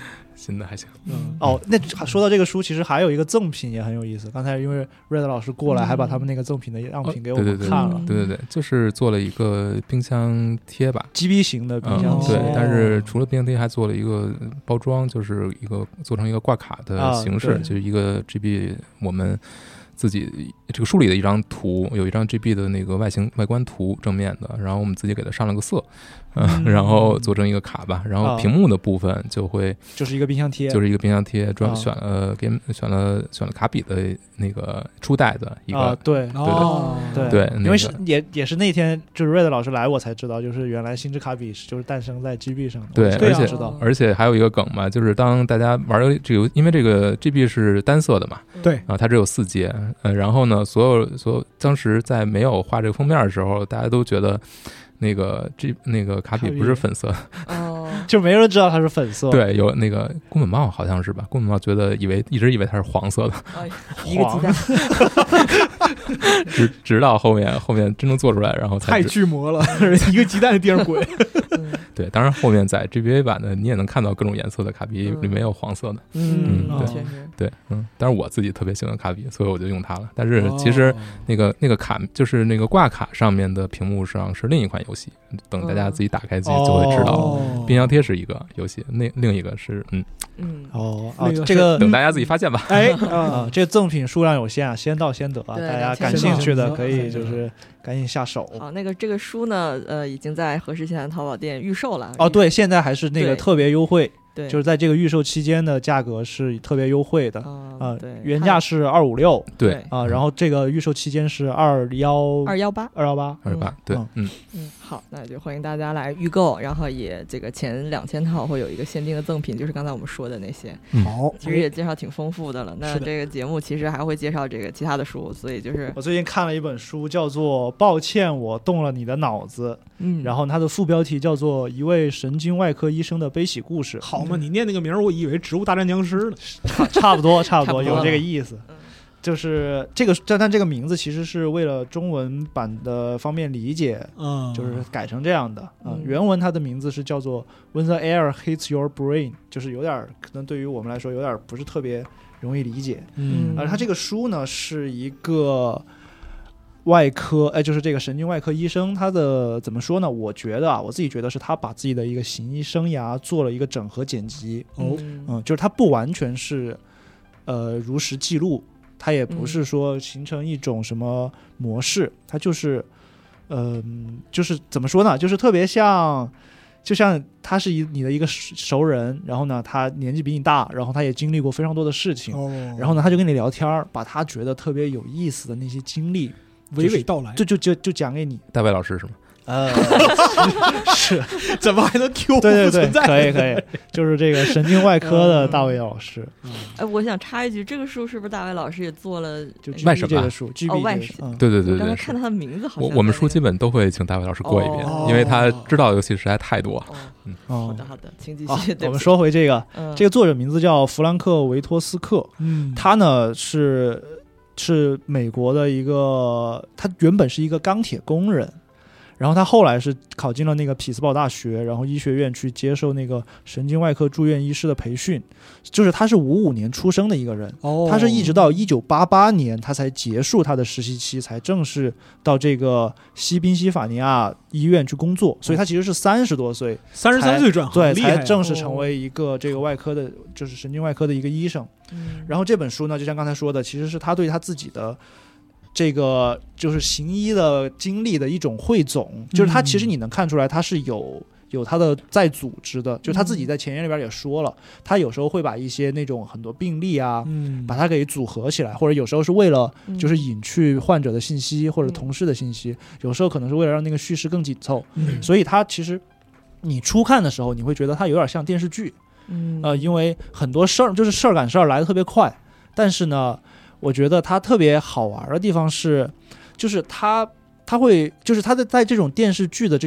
新的还行。 那说到这个书，其实还有一个赠品也很有意思。刚才因为 Red 老师过来，还把他们那个赠品的样品给我们看了。 对，就是做了一个冰箱贴吧 ，GB 型的冰箱贴。 对，但是除了冰箱贴，还做了一个包装，就是做成一个挂卡的形式，就是一个 GB 我们自己这个书里的一张图，有一张 GB 的那个外观图正面的，然后我们自己给它上了个色，然后做成一个卡吧，然后屏幕的部分就是一个冰箱贴， 主要选了卡比的那个初代的一个， 对，因为也是那天就是 Red 老师来我才知道，就是原来星之卡比就是诞生在 GB 上的。 对，而且还有一个梗嘛，就是当大家玩这个，因为这个 GB 是单色的嘛， 对啊，它只有4节，然后呢，所有当时在没有画这个封面的时候，大家都觉得那个卡比不是粉色就没人知道它是粉色。 对，有那个宫本茂好像是吧？宫本茂一直以为它是黄色的， 一个鸡蛋。 直到后面真正做出来，然后太巨魔了，一个鸡蛋的电视鬼。 对，当然后面在 GBA 版的你也能看到各种颜色的卡比，里面有黄色的。对，但是我自己特别喜欢卡比，所以我就用它了。但是其实那个卡就是那个挂卡上面的屏幕上是另一款游戏，等大家自己打开自己就会知道。冰箱贴是一个游戏，另一个是这个等大家自己发现吧。 这个赠品数量有限啊，先到先得啊，大家感兴趣的可以就是赶紧下手。 好，这个书呢，已经在和氏现代淘宝店预售了。 对，现在还是那个特别优惠。 对， 就是在这个预售期间的价格是特别优惠的对，原价是256， 对然后这个预售期间是218， 对， 好，那就欢迎大家来预购，然后也这个前2000套会有一个限定的赠品，就是刚才我们说的那些。 好， 其实也介绍挺丰富的了。那这个节目其实还会介绍这个其他的书，所以就是我最近看了一本书，叫做《抱歉，我动了你的脑子》。然后它的副标题叫做《一位神经外科医生的悲喜故事》。 好嘛，你念那个名儿，我以为《植物大战僵尸》呢。 差不多有这个意思。就是这个，但这个名字其实是为了中文版的方便理解，就是改成这样的。原文它的名字是叫做 When the air hits your brain， 就是有点可能对于我们来说有点不是特别容易理解。而它这个书呢是一个外科，就是这个神经外科医生，他的怎么说呢？我自己觉得是他把自己的一个行医生涯做了一个整合剪辑。就是他不完全是如实记录，他也不是说形成一种什么模式，他就是就是怎么说呢？就是特别就像他是你的一个熟人，然后呢，他年纪比你大，然后他也经历过非常多的事情，然后呢，他就跟你聊天，把他觉得特别有意思的那些经历娓娓道来， 就讲给你。 大卫老师是吗？ 是， 怎么还能 Q？ 对，可以，就是这个神经外科的大卫老师。 我想插一句，这个书是不是大卫老师也做了？ 就外什么这个书？ 外史。 对。 刚才看他的名字好像。 我们书基本都会请大卫老师过一遍，因为他知道的游戏实在太多。 好的，请继续。 我们说回这个作者名字叫弗兰克·维托斯克。他呢是美国的一个，他原本是一个钢铁工人。然后他后来是考进了那个匹兹堡大学，然后医学院去接受那个神经外科住院医师的培训。就是他是55年出生的一个人，他是一直到1988年他才结束他的实习期，才正式到这个西宾夕法尼亚医院去工作。所以他其实是30多岁 ，33岁转行， 对，才正式成为一个这个外科的，就是神经外科的一个医生。然后这本书呢，就像刚才说的，其实是他对他自己的这个就是行医的经历的一种汇总，就是他其实你能看出来他是有他的在组织的，就他自己在前言里边也说了，他有时候会把一些那种很多病例啊，把它给组合起来，或者有时候是为了就是隐去患者的信息或者同事的信息，有时候可能是为了让那个叙事更紧凑，所以他其实你初看的时候你会觉得他有点像电视剧，因为很多事儿就是事儿赶事儿来得特别快，但是呢我觉得他特别好玩的地方是，就是他会就是他在这种电视剧的这种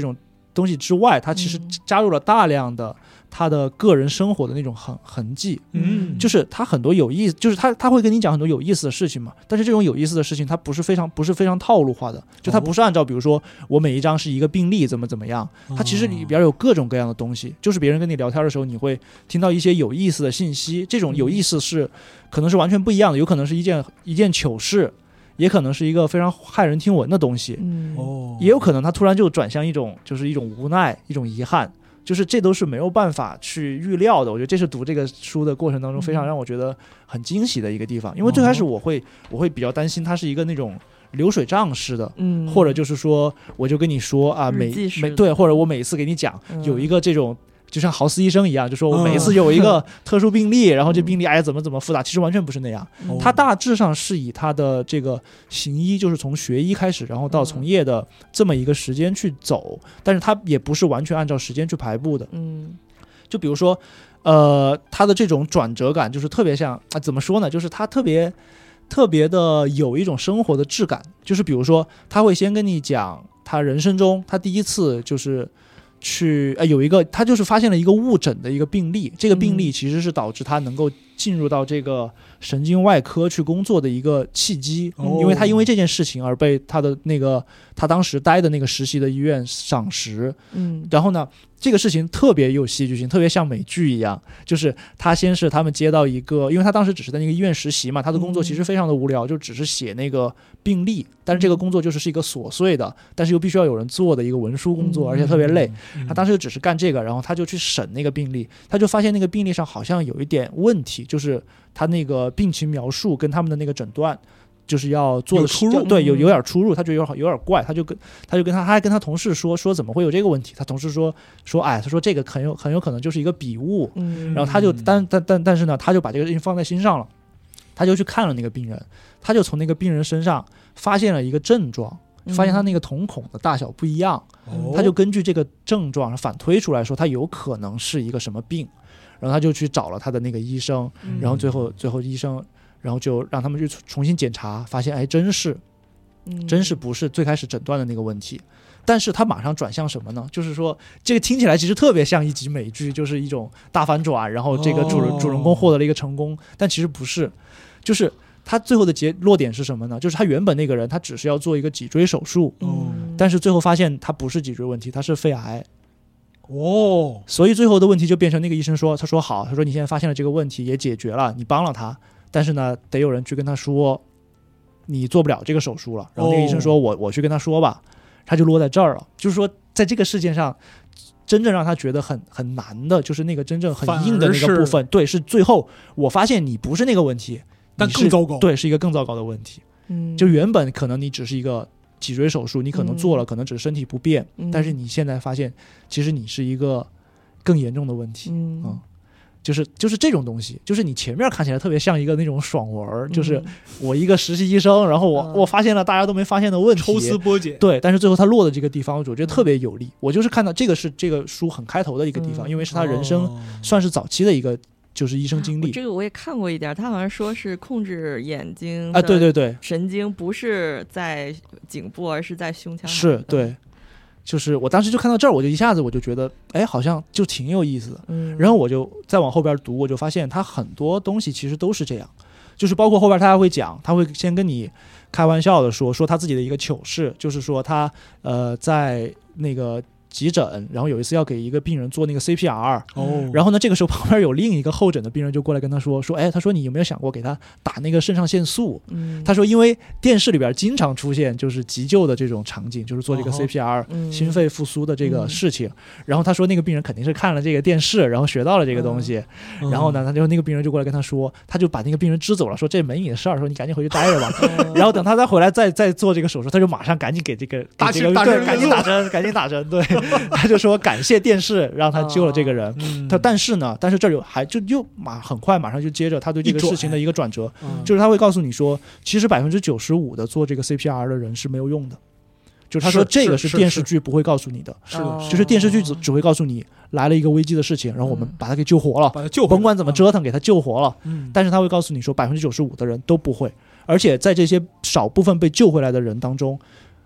东西之外，它其实加入了大量的他的个人生活的那种痕迹，就是他很多有意思，就是他会跟你讲很多有意思的事情嘛。但是这种有意思的事情，它不是非常套路化的，就它不是按照比如说我每一章是一个病例怎么样，它其实里边有各种各样的东西。就是别人跟你聊天的时候，你会听到一些有意思的信息，这种有意思是可能是完全不一样的，有可能是一件糗事，也可能是一个非常骇人听闻的东西，也有可能它突然就转向一种无奈，一种遗憾。就是这都是没有办法去预料的。我觉得这是读这个书的过程当中非常让我觉得很惊喜的一个地方。因为最开始我会比较担心它是一个那种流水账式的，或者就是说我就跟你说啊，对，或者我每一次给你讲有一个这种。就像豪斯医生一样，就说我每一次有一个特殊病例，然后这病例怎么复杂，其实完全不是那样。他大致上是以他的这个行医，就是从学医开始，然后到从业的这么一个时间去走，但是他也不是完全按照时间去排布的。就比如说，他的这种转折感，就是特别像怎么说呢？就是他特别的有一种生活的质感。就是比如说，他会先跟你讲他人生中他第一次就是去有一个他就是发现了一个误诊的一个病例，这个病例其实是导致他能够进入到这个神经外科去工作的一个契机，因为他因为这件事情而被他的那个他当时待的那个实习的医院赏识。然后呢这个事情特别有戏剧性，特别像美剧一样，就是他先是他们接到一个，因为他当时只是在那个医院实习嘛，他的工作其实非常的无聊，就只是写那个病历，但是这个工作就是一个琐碎的，但是又必须要有人做的一个文书工作，而且特别累。他当时就只是干这个，然后他就去审那个病历，他就发现那个病历上好像有一点问题，就是他那个病情描述跟他们的那个诊断就是要做的出入， 对，有点出入，他觉得有点怪，他还跟他同事说怎么会有这个问题，他同事说他说这个很有可能就是一个笔误，然后他就但是呢他就把这个事情放在心上了，他就去看了那个病人，他就从那个病人身上发现了一个症状，发现他那个瞳孔的大小不一样，他就根据这个症状反推出来说他有可能是一个什么病，然后他就去找了他的那个医生，然后最后医生然后就让他们去重新检查，发现真是不是最开始诊断的那个问题。但是他马上转向什么呢？就是说这个听起来其实特别像一集美剧，就是一种大反转，然后这个主人公获得了一个成功，但其实不是。就是他最后的落点是什么呢？就是他原本那个人他只是要做一个脊椎手术，但是最后发现他不是脊椎问题，他是肺癌。所以最后的问题就变成那个医生说，他说好，他说你现在发现了这个问题也解决了，你帮了他，但是呢得有人去跟他说你做不了这个手术了。然后那个医生说我去跟他说吧，他就落在这儿了。就是说在这个事件上真正让他觉得很难的就是那个真正很硬的那个部分，对，是最后我发现你不是那个问题， 但更糟糕， 对，是一个更糟糕的问题。就原本可能你只是一个脊椎手术，你可能做了，可能只是身体不便，但是你现在发现其实你是一个更严重的问题。就是这种东西，就是你前面看起来特别像一个那种爽文，就是我一个实习医生，然后我发现了大家都没发现的问题， 抽丝剥茧， 对，但是最后他落的这个地方我觉得特别有力。我就是看到这个是这个书很开头的一个地方，因为是他人生算是早期的一个就是医生经历。 这个我也看过一点，他好像说是控制眼睛对神经不是在颈部而是在胸腔， 是对。就是我当时就看到这儿，我就一下子我就觉得好像就挺有意思的。然后我就再往后边读，我就发现他很多东西其实都是这样，就是包括后边他还会讲，他会先跟你开玩笑的说他自己的一个糗事，就是说他在那个急诊，然后有一次要给一个病人做那个 CPR，然后呢这个时候旁边有另一个候诊的病人就过来跟他说他说你有没有想过给他打那个肾上腺素？他说因为电视里边经常出现就是急救的这种场景，就是做这个 CPR，心肺复苏的这个事情，然后他说那个病人肯定是看了这个电视然后学到了这个东西，然后呢他就那个病人就过来跟他说，他就把那个病人支走了，说这没你的事儿，说你赶紧回去待着吧。然后等他再回来再做这个手术，他就马上赶紧给这个打针， 赶紧打针，对。他就说感谢电视让他救了这个人，但是这儿很快马上就接着他对这个事情的一个转折，就是他会告诉你说其实95%的做这个 CPR 的人是没有用的，就是他说这个是电视剧不会告诉你的，就是电视剧只会告诉你来了一个危机的事情，然后我们把他给救活了，甭管怎么折腾给他救活了，但是他会告诉你说95%的人都不会，而且在这些少部分被救回来的人当中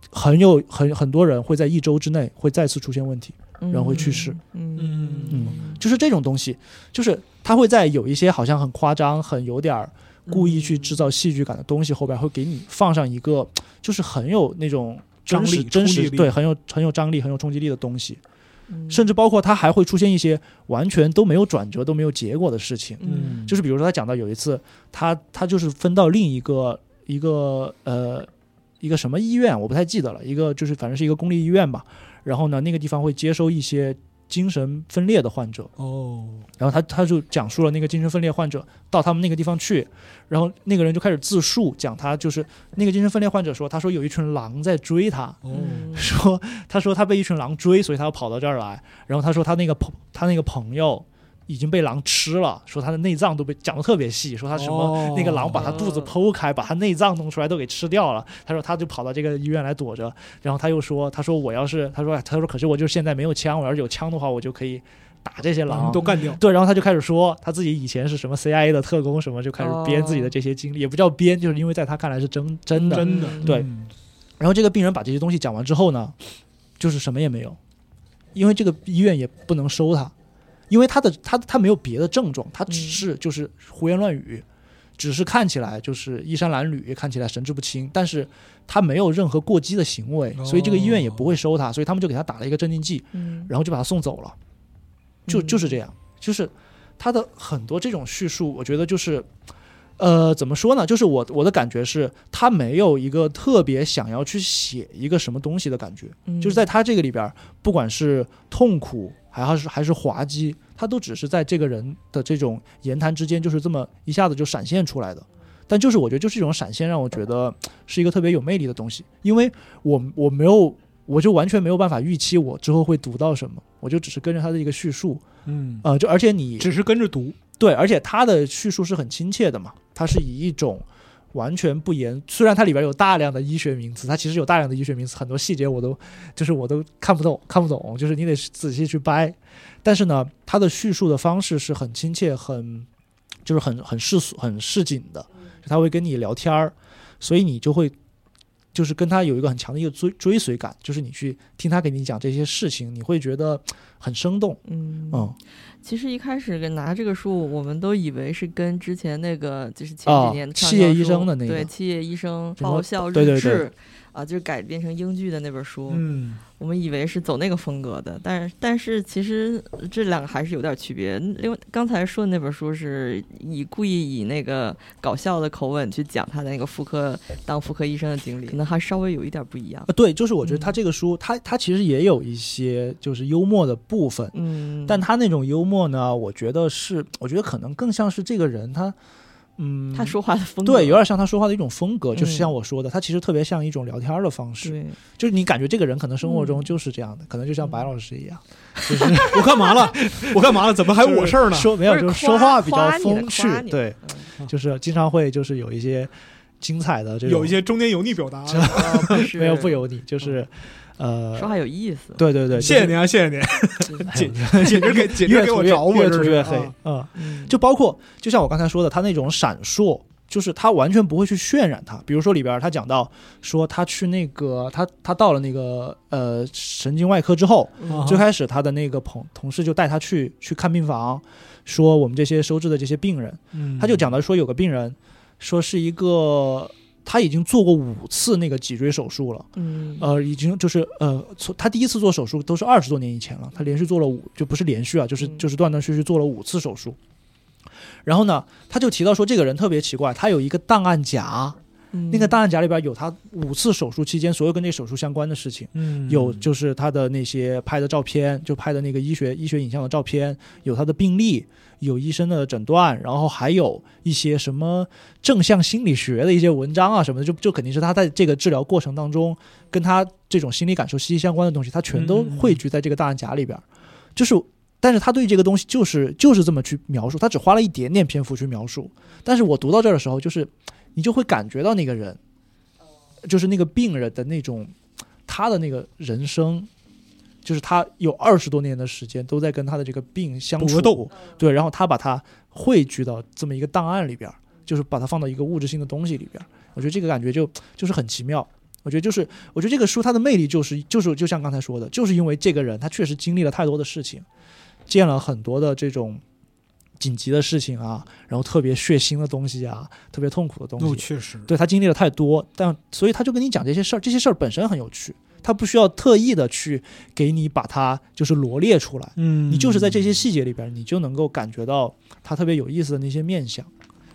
很多人会在1周之内会再次出现问题，人会去世。就是这种东西，就是他会在有一些好像很夸张、很有点故意去制造戏剧感的东西后边，会给你放上一个就是很有那种真实对，很有张力、很有冲击力的东西。甚至包括他还会出现一些完全都没有转折、都没有结果的事情。就是比如说他讲到有一次，他就是分到另一个什么医院，我不太记得了，一个就是反正是一个公立医院吧。然后呢，那个地方会接收一些精神分裂的患者。然后他就讲述了那个精神分裂患者到他们那个地方去，然后那个人就开始自述，讲他就是那个精神分裂患者说，他说有一群狼在追他，他说他被一群狼追，所以他要跑到这儿来。然后他说他那个朋友已经被狼吃了，说他的内脏都被讲得特别细，说他什么那个狼把他肚子剖开，把他内脏弄出来都给吃掉了。他说他就跑到这个医院来躲着，然后他又说，他说可是我就是现在没有枪，我要是有枪的话，我就可以打这些狼都干掉。 对，然后他就开始说他自己以前是什么 CIA 的特工什么，就开始编自己的这些经历，也不叫编，就是因为在他看来是真的。对。然后这个病人把这些东西讲完之后呢，就是什么也没有，因为这个医院也不能收他。因为他没有别的症状，他只是就是胡言乱语，只是看起来就是衣衫褴褛，看起来神志不清，但是他没有任何过激的行为，所以这个医院也不会收他，所以他们就给他打了一个镇静剂，然后就把他送走了。就是这样，就是他的很多这种叙述，我觉得就是怎么说呢？就是我的感觉是，他没有一个特别想要去写一个什么东西的感觉，就是在他这个里边，不管是痛苦还是滑稽，他都只是在这个人的这种言谈之间，就是这么一下子就闪现出来的。但就是我觉得就是这种闪现让我觉得是一个特别有魅力的东西，因为我就完全没有办法预期我之后会读到什么，我就只是跟着他的一个叙述，就而且你只是跟着读。 对，而且他的叙述是很亲切的嘛，他是以一种完全不言，虽然它里边有大量的医学名词，它其实有大量的医学名词，很多细节我都看不懂，就是你得仔细去掰。但是呢，他的叙述的方式是很亲切，很市井的，他会跟你聊天，所以你就会就是跟他有一个很强的一个追随感，就是你去听他给你讲这些事情，你会觉得很生动。 其实一开始拿这个书，我们都以为是跟之前那个就是前几年企业医生的那个， 对，企业医生报效日志就是改编成英剧的那本书。我们以为是走那个风格的，但是其实这两个还是有点区别。另外刚才说的那本书是故意以那个搞笑的口吻去讲他的那个当妇科医生的经历，可能还稍微有一点不一样。 对，就是我觉得他这个书，他其实也有一些就是幽默的部分，但他那种幽默呢，我觉得可能更像是这个人他说话的风格， 对，有点像他说话的一种风格，就是像我说的，他其实特别像一种聊天的方式，就是你感觉这个人可能生活中就是这样的，可能就像白老师一样，就是我干嘛了？怎么还有我事儿呢？ 没有，就是说话比较风趣，对，就是经常会就是有一些精彩的这种， 有一些中间油腻表达， 没有不油腻，就是说话有意思。 对对对， 谢谢您啊，谢谢您，简直给我着我， 越涂越黑就包括就像我刚才说的，他那种闪烁，就是他完全不会去渲染它。比如说里边他讲到说他去那个他到了那个神经外科之后，最开始他的那个同事就带他去看病房，说我们这些收治的这些病人，他就讲到说有个病人说是一个。他已经做过5次那个脊椎手术了，已经就是他第一次做手术都是20多年以前了，他连续做了就不是连续啊，就是断断续续做了5次手术。然后呢，他就提到说这个人特别奇怪，他有一个档案夹，那个档案夹里边有他5次手术期间所有跟这个手术相关的事情，有就是他的那些拍的照片，就拍的那个医学影像的照片，有他的病历，有医生的诊断，然后还有一些什么正向心理学的一些文章啊什么的，就肯定是他在这个治疗过程当中跟他这种心理感受息息相关的东西，他全都汇聚在这个档案夹里边。但是他对这个东西就是这么去描述，他只花了一点点篇幅去描述。但是我读到这儿的时候，就是你就会感觉到那个人，就是那个病人的那种他的那个人生。就是他有20多年的时间都在跟他的这个病相处，对，然后他把它汇聚到这么一个档案里边，就是把它放到一个物质性的东西里边。我觉得这个感觉就是很奇妙， 我觉得这个书它的魅力就是就像刚才说的，就是因为这个人他确实经历了太多的事情，见了很多的这种紧急的事情啊，然后特别血腥的东西啊，特别痛苦的东西， 确实， 对，他经历了太多，但所以他就跟你讲这些事儿，这些事儿本身很有趣，他不需要特意的去给你把它就是罗列出来，你就是在这些细节里边，你就能够感觉到他特别有意思的那些面相。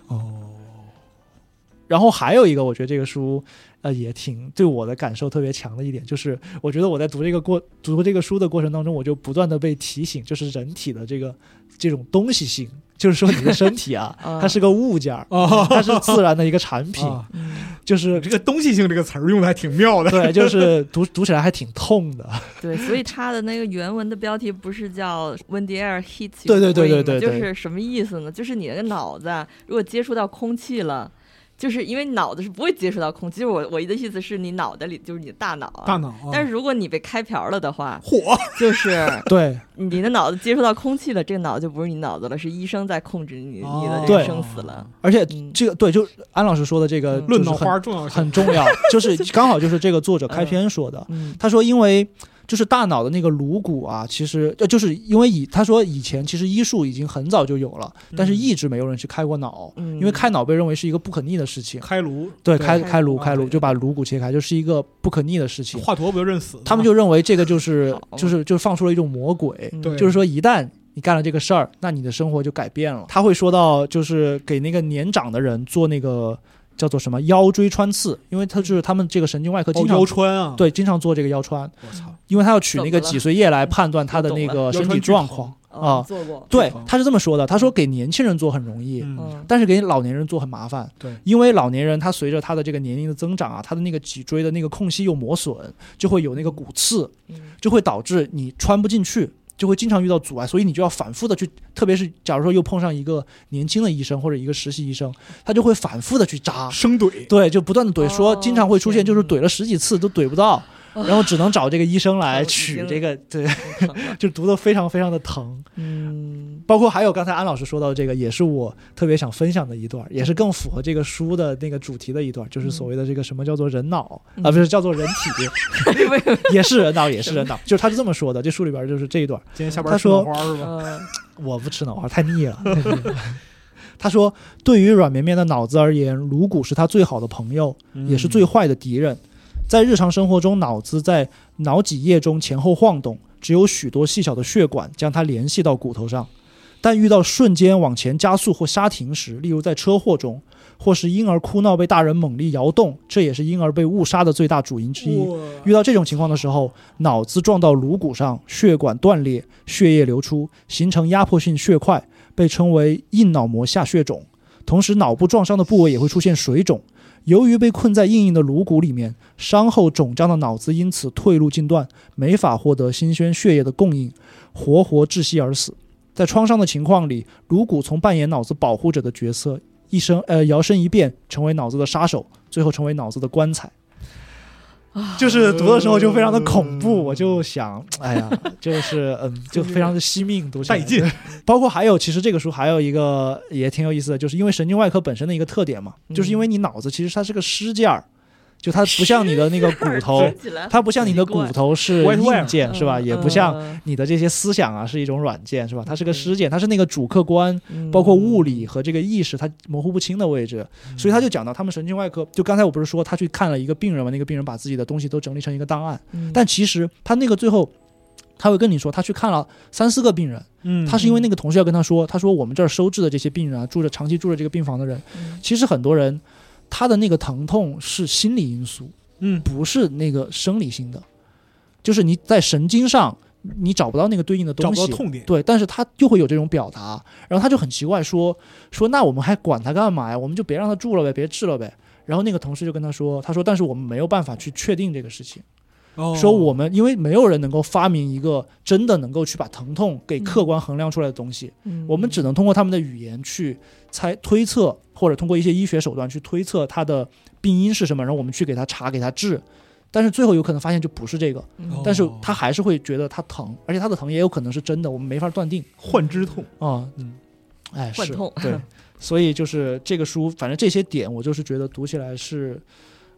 然后还有一个，我觉得这个书也挺对我的感受特别强的一点，就是我觉得我在读这个书的过程当中，我就不断的被提醒，就是人体的这种东西性，就是说你的身体啊，它是个物件，它是自然的一个产品，就是这个东西性这个词儿用的还挺妙的， 对，就是读起来还挺痛的。 对，所以它的那个原文的标题不是叫 When the air hits you， 对， 就是什么意思呢？就是你那个脑子如果接触到空气了。就是因为脑子是不会接触到空气，就是我的意思是你脑袋里就是你的大脑，但是如果你被开瓢了的话，就是对你的脑子接触到空气了，这个脑子就不是你脑子了，是医生在控制你的这个生死了。 而且这个对，就安老师说的这个论脑花很重要，就是刚好就是这个作者开篇说的，他说因为就是大脑的那个颅骨啊，其实就是因为他说以前其实医术已经很早就有了，但是一直没有人去开过脑，因为开脑被认为是一个不可逆的事情。 开颅， 对，开颅就把颅骨切开，就是一个不可逆的事情。 华佗不就认死？ 他们就认为这个就是放出了一种魔鬼，就是说一旦你干了这个事儿，那你的生活就改变了。他会说到，就是给那个年长的人做那个叫做什么腰椎穿刺，因为他们这个神经外科经常腰穿啊， 对，经常做这个腰穿。 我操！ 因为他要取那个脊髓液来判断他的那个身体状况啊。 做过。 对，他是这么说的。他说给年轻人做很容易，但是给老年人做很麻烦。对，因为老年人他随着他的这个年龄的增长啊，他的那个脊椎的那个空隙又磨损，就会有那个骨刺，就会导致你穿不进去。就会经常遇到阻碍，所以你就要反复的去，特别是假如说又碰上一个年轻的医生或者一个实习医生，他就会反复的去扎生怼， 对，就不断的怼，说经常会出现就是怼了10几次都怼不到，然后只能找这个医生来取这个，对，就读得非常非常的疼。包括还有刚才安老师说到这个，也是我特别想分享的一段，也是更符合这个书的那个主题的一段，就是所谓的这个什么叫做人脑啊，不是叫做人体，也是人脑，也是人脑，就是他是这么说的，这书里边就是这一段。 今天下班吃脑花是吧？ 我不吃脑花，太腻了。他说，对于软绵绵的脑子而言，颅骨是他最好的朋友，也是最坏的敌人。在日常生活中，脑子在脑脊液中前后晃动，只有许多细小的血管将它联系到骨头上。但遇到瞬间往前加速或刹停时，例如在车祸中，或是婴儿哭闹被大人猛力摇动，这也是婴儿被误杀的最大主因之一。遇到这种情况的时候，脑子撞到颅骨上，血管断裂，血液流出，形成压迫性血块，被称为硬脑膜下血肿。同时脑部撞伤的部位也会出现水肿，由于被困在硬硬的颅骨里面，伤后肿胀的脑子因此退路尽断，没法获得新鲜血液的供应，活活窒息而死。在创伤的情况里，颅骨从扮演脑子保护者的角色，摇身一变成为脑子的杀手，最后成为脑子的棺材。就是读的时候就非常的恐怖，我就想，哎呀，就是就非常的惜命，读起来带劲。 包括还有，其实这个书还有一个也挺有意思的，就是因为神经外科本身的一个特点嘛，就是因为你脑子其实它是个尸件儿。就它不像你的那个骨头，它不像你的骨头是硬件是吧？也不像你的这些思想啊是一种软件是吧？它是个尸件，它是那个主客观，包括物理和这个意识它模糊不清的位置。所以他就讲到他们神经外科，就刚才我不是说他去看了一个病人嘛，那个病人把自己的东西都整理成一个档案，但其实他那个最后他会跟你说他去看了3、4个病人，他是因为那个同事要跟他说我们这儿收治的这些病人啊，长期住着这个病房的人，其实很多人他的那个疼痛是心理因素，不是那个生理性的，就是你在神经上你找不到那个对应的东西， 找不到痛点， 对，但是他就会有这种表达，然后他就很奇怪说那我们还管他干嘛呀？我们就别让他住了呗，别治了呗。然后那个同事就跟他说，但是我们没有办法去确定这个事情。说我们因为没有人能够发明一个真的能够去把疼痛给客观衡量出来的东西，我们只能通过他们的语言去推测，或者通过一些医学手段去推测他的病因是什么，然后我们去给他查给他治，但是最后有可能发现就不是这个，但是他还是会觉得他疼，而且他的疼也有可能是真的，我们没法断定幻肢痛啊， 幻痛， 对，所以就是这个书，反正这些点我就是觉得读起来是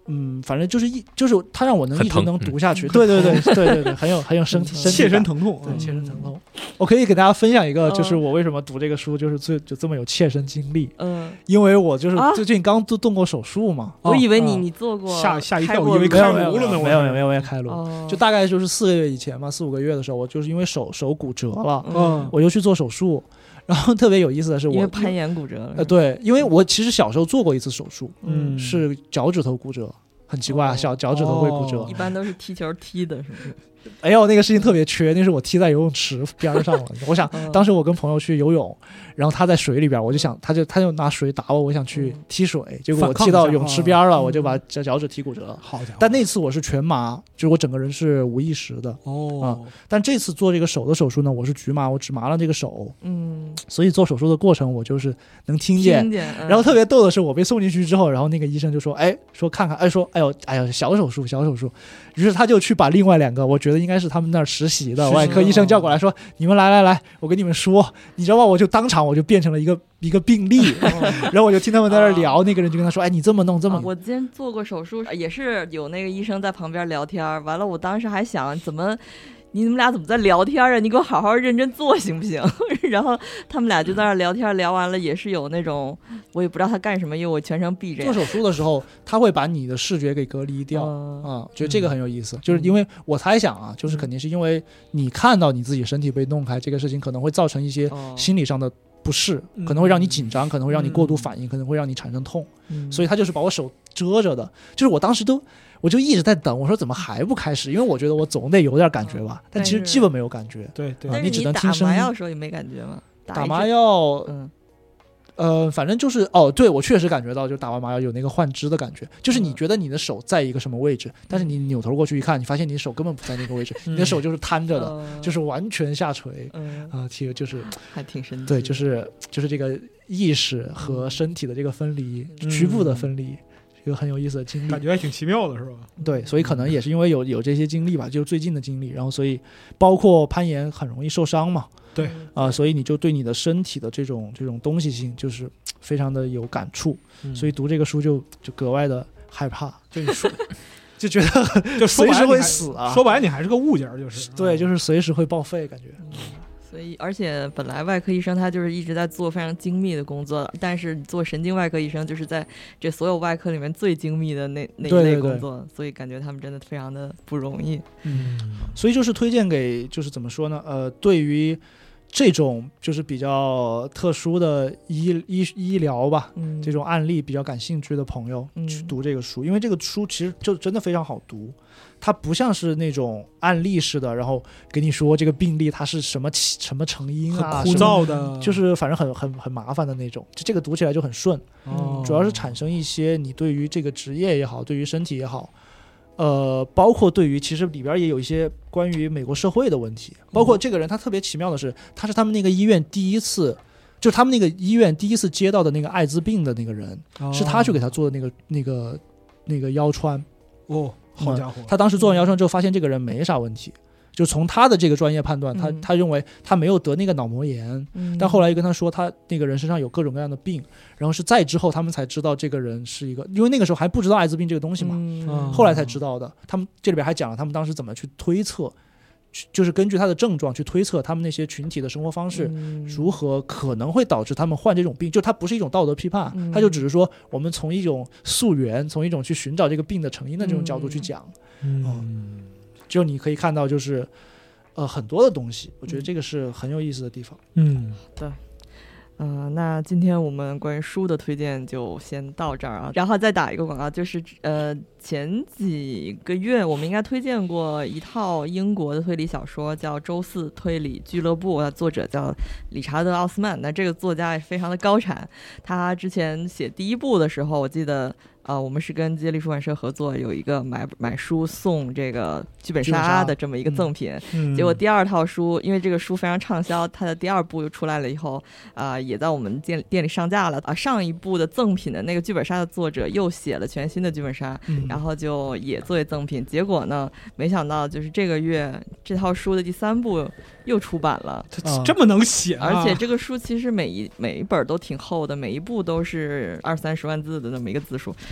反正就是他让我能一直能读下去，对，很有切身疼痛， 对，切身疼痛。我可以给大家分享一个，就是我为什么读这个书，就是就这么有切身经历。因为我就是最近刚动过手术嘛。 我以为你做过， 吓一跳，我以为开颅了呢。 没有开颅，就大概就是4个月以前嘛，4-5个月的时候，我就是因为手骨折了，我就去做手术。然后特别有意思的是， 因为攀岩骨折了。 对，因为我其实小时候做过一次手术，是脚趾头骨折，很奇怪啊，脚趾头会骨折。 一般都是踢球踢的，是不是？ 哎呦，那个事情特别缺，那是我踢在游泳池边上了。我想当时我跟朋友去游泳，然后他在水里边，我就想他就拿水打我想去踢水，结果我踢到泳池边了，我就把脚趾踢骨折了。好家伙！但那次我是全麻，就是我整个人是无意识的。但这次做这个手的手术呢，我是局麻，我只麻了这个手。所以做手术的过程我就是能听见。然后特别逗的是，我被送进去之后，然后那个医生就说：“说看看，说哎呦小手术。”于是他就去把另外2个，我觉得应该是他们那儿实习的外科医生叫过来说：“你们来，我跟你们说，你知道吗？”我就当场变成了一个病例，然后我就听他们在那儿聊，那个人就跟他说：“哎，你这么弄。” 我之前做过手术，也是有那个医生在旁边聊天，完了我当时还想你们俩怎么在聊天啊？你给我好好认真做行不行？然后他们俩就在那聊天，聊完了也是有那种我也不知道他干什么，因为我全程闭着。 做手术的时候，他会把你的视觉给隔离掉觉得这个很有意思。就是因为我猜想啊，就是肯定是因为你看到你自己身体被弄开这个事情，可能会造成一些心理上的不适，可能会让你紧张，可能会让你过度反应，可能会让你产生痛。所以他就是把我手遮着的。就是我当时我就一直在等，我说怎么还不开始？因为我觉得我总得有点感觉吧，但其实基本没有感觉。 对， 你只能听声音。 打麻药的时候也没感觉吗？ 打麻药，反正就是对，我确实感觉到，就打完麻药有那个幻肢的感觉，就是你觉得你的手在一个什么位置，但是你扭头过去一看，你发现你的手根本不在那个位置，你的手就是摊着的，就是完全下垂。其实就是还挺神奇。 对，就是这个意识和身体的这个分离，局部的分离。一个很有意思的经历， 感觉还挺奇妙的，是吧？ 对，所以可能也是因为有这些经历吧，就是最近的经历，然后所以包括攀岩很容易受伤嘛， 对所以你就对你的身体的这种东西性就是非常的有感触，所以读这个书就格外的害怕，就觉得就随时会死啊！ 说白了，你还是个物件，就是对，就是随时会报废，感觉。 所以，而且本来外科医生他就是一直在做非常精密的工作，但是做神经外科医生就是在这所有外科里面最精密的那一类工作，所以感觉他们真的非常的不容易。 所以就是推荐给就是怎么说呢？对于这种就是比较特殊的医疗吧，这种案例比较感兴趣的朋友去读这个书，因为这个书其实就真的非常好读。它不像是那种案例式的，然后给你说这个病例它是什么成因啊， 很枯燥的， 就是反正很麻烦的那种。就这个读起来就很顺，主要是产生一些你对于这个职业也好，对于身体也好，包括对于其实里边也有一些关于美国社会的问题。包括这个人他特别奇妙的是，他是他们那个医院第一次接到的那个艾滋病的那个人，是他去给他做的那个腰穿。 好家伙！ 他当时做完腰穿之后，发现这个人没啥问题，就从他的这个专业判断，他认为他没有得那个脑膜炎，但后来又跟他说他那个人身上有各种各样的病，然后是再之后他们才知道这个人是一个，因为那个时候还不知道艾滋病这个东西嘛，后来才知道的。他们这里边还讲了他们当时怎么去推测，就是根据他的症状去推测他们那些群体的生活方式如何可能会导致他们患这种病，就他不是一种道德批判，他就只是说我们从一种溯源，从一种去寻找这个病的成因的这种角度去讲。就你可以看到就是很多的东西，我觉得这个是很有意思的地方。 对。那今天我们关于书的推荐就先到这儿啊，然后再打一个广告，就是前几个月我们应该推荐过一套英国的推理小说，叫《周四推理俱乐部》，作者叫理查德·奥斯曼。那这个作家也非常的高产，他之前写第一部的时候，我记得我们是跟接力出版社合作，有一个买书送这个剧本杀的这么一个赠品。结果第二套书，因为这个书非常畅销，它的第二部又出来了以后，也在我们店里上架了。上一部的赠品的那个剧本杀的作者又写了全新的剧本杀，然后就也作为赠品。结果呢，没想到就是这个月这套书的第3部又出版了。 这么能写而且这个书其实每一本都挺厚的，每一部都是20-30万字的那么一个字数。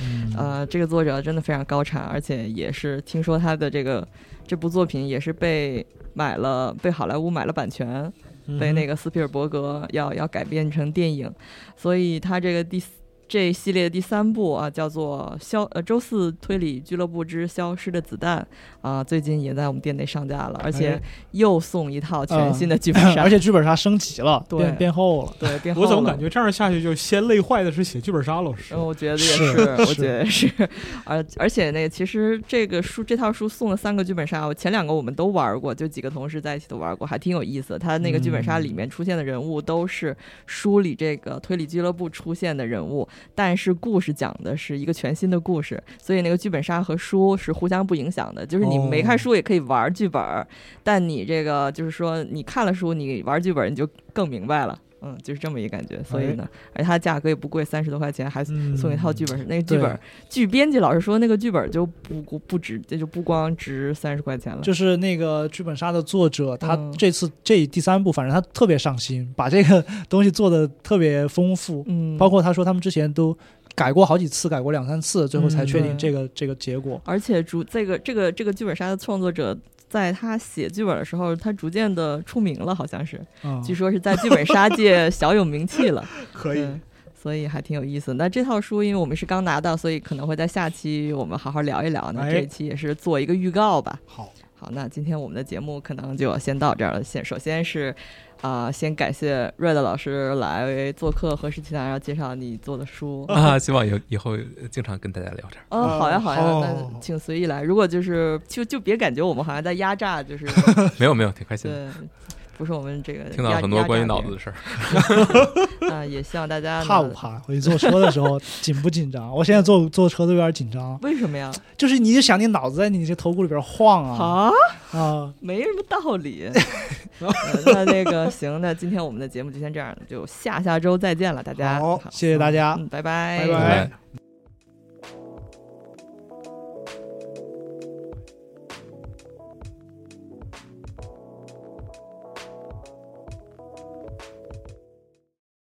这个作者真的非常高产，而且也是听说他的这部作品也是被好莱坞买了版权，被那个斯皮尔伯格要改编成电影，所以他这一系列的第3部啊，叫做周四推理俱乐部之消失的子弹啊，最近也在我们店内上架了，而且又送一套全新的剧本杀， 而且剧本杀升级了， 对， 变厚了， 对，变厚了。 我怎么感觉这样下去就先累坏的是写剧本杀老师？ 我觉得也是，我觉得是，而且那个其实这套书送了3个剧本杀，前2个我们都玩过，就几个同事在一起都玩过，还挺有意思。他那个剧本杀里面出现的人物都是书里这个推理俱乐部出现的人物。但是故事讲的是一个全新的故事，所以那个剧本杀和书是互相不影响的，就是你没看书也可以玩剧本，但你这个就是说你看了书你玩剧本你就更明白了，就是这么一个感觉。所以呢，而且它价格也不贵，30多块钱，还送一套剧本。那个剧本，据编辑老师说，那个剧本就不值，这就不光值30块钱了。 就是那个剧本杀的作者，他这次这第3部，反正他特别上心，把这个东西做的特别丰富。包括他说他们之前都改过好几次，改过2、3次，最后才确定这个结果。 而且这个剧本杀的创作者，在他写剧本的时候，他逐渐的出名了，好像是，据说是在剧本杀界小有名气了。 可以， 所以还挺有意思。那这套书因为我们是刚拿到，所以可能会在下期我们好好聊一聊。那这一期也是做一个预告吧。好，那今天我们的节目可能就先到这儿了。首先是先感谢 Red 老师来做客和氏奇谈，然后介绍你做的书希望以后经常跟大家聊这儿。 好呀，那请随意来。如果就别感觉我们好像在压榨，就是没有，挺开心的。 对，不是我们这个听到很多关于脑子的事儿也希望大家怕不怕？回去坐车的时候紧不紧张？我现在坐车都有点紧张。 为什么呀？ 就是你想你脑子在你这头骨里边晃没什么道理。那个行，那今天我们的节目就先这样，就下周再见了，大家。 好，谢谢大家， 拜拜， 拜拜。